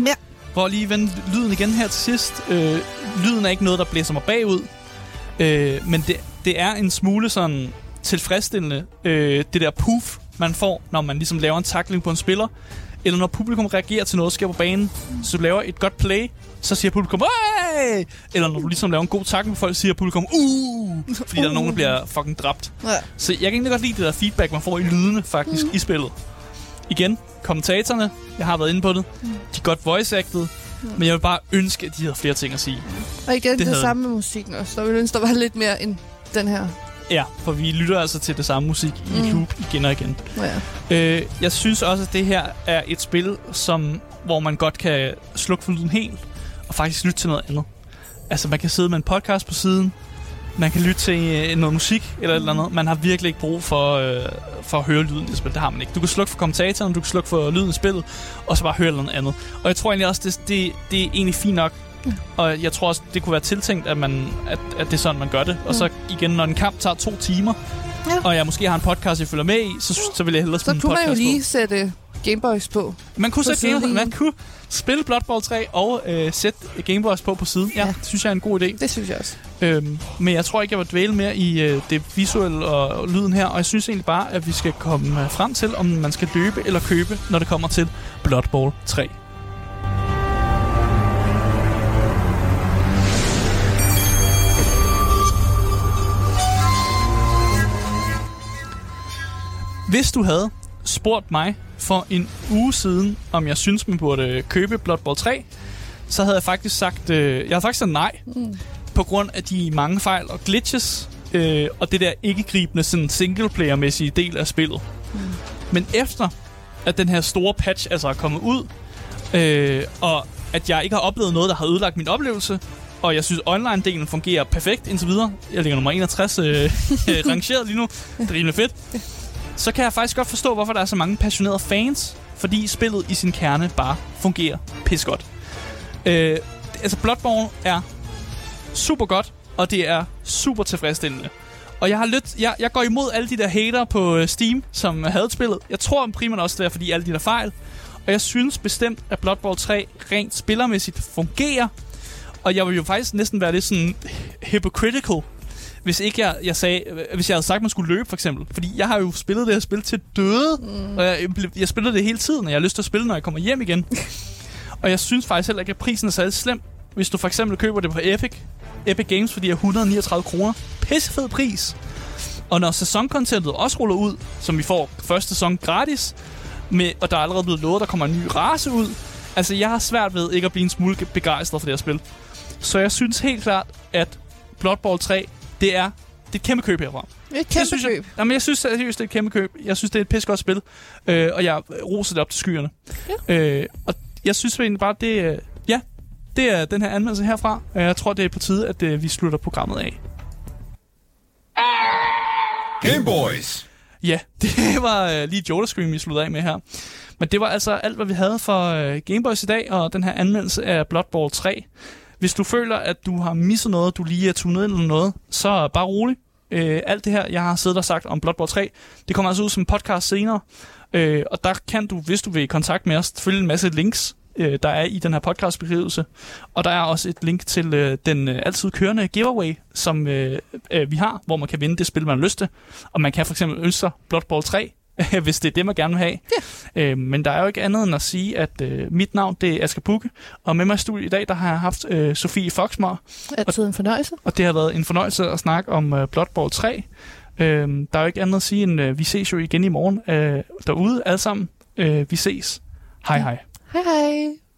Hvor lige vende lyden igen her til sidst. Øh, lyden er ikke noget, der blæser mig bagud. Øh, men det, det er en smule sådan tilfredsstillende. Øh, det der puff, man får, når man ligesom laver en tackling på en spiller. Eller når publikum reagerer til noget, der sker på banen. Så du laver et godt play, så siger publikum, hey! Eller når du ligesom laver en god tackling på folk, siger publikum, uh! Fordi uh. der er nogen, der bliver fucking dræbt. Ja. Så jeg kan egentlig godt lide det der feedback, man får i lydene faktisk mm. i spillet. Igen, kommentatorerne, jeg har været inde på det. Mm. De er godt voice-acted. Mm. Men jeg vil bare ønske, at de havde flere ting at sige. Og igen, det, det samme med musikken også. Så vil jeg ønske, der var lidt mere end den her. Ja, for vi lytter altså til det samme musik i mm. loop igen og igen. Ja. Øh, jeg synes også, at det her er et spil, som, hvor man godt kan slukke for lyden helt, og faktisk lytte til noget andet. Altså, man kan sidde med en podcast på siden, man kan lytte til øh, noget musik eller et eller andet. Man har virkelig ikke brug for, øh, for at høre lyden i spil. Det har man ikke. Du kan slukke for kommentatoren, du kan slukke for lyden i spillet, og så bare høre noget andet. Og jeg tror egentlig også, det, det, det er egentlig fint nok. Og jeg tror også, det kunne være tiltænkt, at, man, at, at det er sådan, man gør det. Og så igen, når en kamp tager to timer, ja. og jeg måske har en podcast, jeg følger med i, så, så vil jeg hellere spille en podcast på. Så kunne man jo lige sætte Gameboys på. Man kunne, sætte Game, man kunne spille Blood Bowl tre og øh, sætte Gameboys på på siden. Ja, ja, det synes jeg er en god idé. Det synes jeg også. Øhm, men jeg tror ikke, jeg vil dvæle mere i øh, det visuelle og, og lyden her. Og jeg synes egentlig bare, at vi skal komme øh, frem til, om man skal løbe eller købe, når det kommer til Blood Bowl tre. Hvis du havde spurgt mig for en uge siden, om jeg synes, man burde købe Blood Bowl tre, så havde jeg faktisk sagt, øh, jeg havde faktisk sagt nej, mm. på grund af de mange fejl og glitches, øh, og det der ikke-gribende sådan singleplayer-mæssige del af spillet. Mm. Men efter, at den her store patch altså er kommet ud, øh, og at jeg ikke har oplevet noget, der har ødelagt min oplevelse, og jeg synes, online-delen fungerer perfekt indtil videre. Jeg ligger nummer enogtres øh, rangeret lige nu. Det er rimelig fedt. Så kan jeg faktisk godt forstå, hvorfor der er så mange passionerede fans, fordi spillet i sin kerne bare fungerer pissegodt. Øh, altså, Bloodborne er super godt, og det er super tilfredsstillende. Og jeg har lidt, jeg, jeg går imod alle de der hater på Steam, som havde spillet. Jeg tror primært også, det er fordi alle de der fejl. Og jeg synes bestemt, at Blood Bowl tre rent spillermæssigt fungerer. Og jeg vil jo faktisk næsten være lidt sådan hypocritical, hvis ikke jeg, jeg sagde, hvis jeg havde sagt, at man skulle løbe, for eksempel. Fordi jeg har jo spillet det her spil til døde, mm. og jeg, jeg spiller det hele tiden, og jeg har lyst til at spille, når jeg kommer hjem igen. Og jeg synes faktisk heller ikke, at prisen er særlig slem. Hvis du for eksempel køber det på Epic, Epic Games, fordi det er et hundrede og niogtredive kroner. Pissefed pris. Og når sæsonkontentet også ruller ud, som vi får første sæson gratis, med, og der er allerede blevet lovet, der kommer en ny race ud. Altså, jeg har svært ved ikke at blive en smule begejstret for det her spil. Så jeg synes helt klart, at Blood Bowl tre, det er, det er et kæmpe køb herfra. Et kæmpe synes, køb? Jeg, jamen, jeg synes seriøst, det er et kæmpe køb. Jeg synes, det er et pissegodt spil. Øh, og jeg roser det op til skyerne. Ja. Øh, og jeg synes egentlig bare, det ja, det er den her anmeldelse herfra. Jeg tror, det er på tide, at øh, vi slutter programmet af. Gameboys! Ja, det var øh, lige Joda Scream, vi sluttede af med her. Men det var altså alt, hvad vi havde for øh, Gameboys i dag, og den her anmeldelse af Blood Bowl tre. Hvis du føler, at du har misset noget, du lige er tunet ind eller noget, så bare rolig. Øh, alt det her, jeg har siddet og sagt om Blood Bowl tre, det kommer altså ud som podcast senere. Øh, og der kan du, hvis du vil i kontakt med os, følge en masse links, øh, der er i den her podcastbeskrivelse. Og der er også et link til øh, den øh, altid kørende giveaway, som øh, øh, vi har, hvor man kan vinde det spil, man har lyst til. Og man kan for eksempel ønske sig Blood Bowl tre, hvis det er det, man gerne vil have. Ja. Øh, men der er jo ikke andet end at sige, at øh, mit navn, det er Asger Bukke, og med mig i studiet i dag, der har jeg haft øh, Sofie Foxmar. Altid en fornøjelse. Og det har været en fornøjelse at snakke om øh, Blood Bowl tre. Øh, der er jo ikke andet at sige, end øh, vi ses jo igen i morgen øh, derude alle sammen. Øh, vi ses. Hej hej. Hej hej.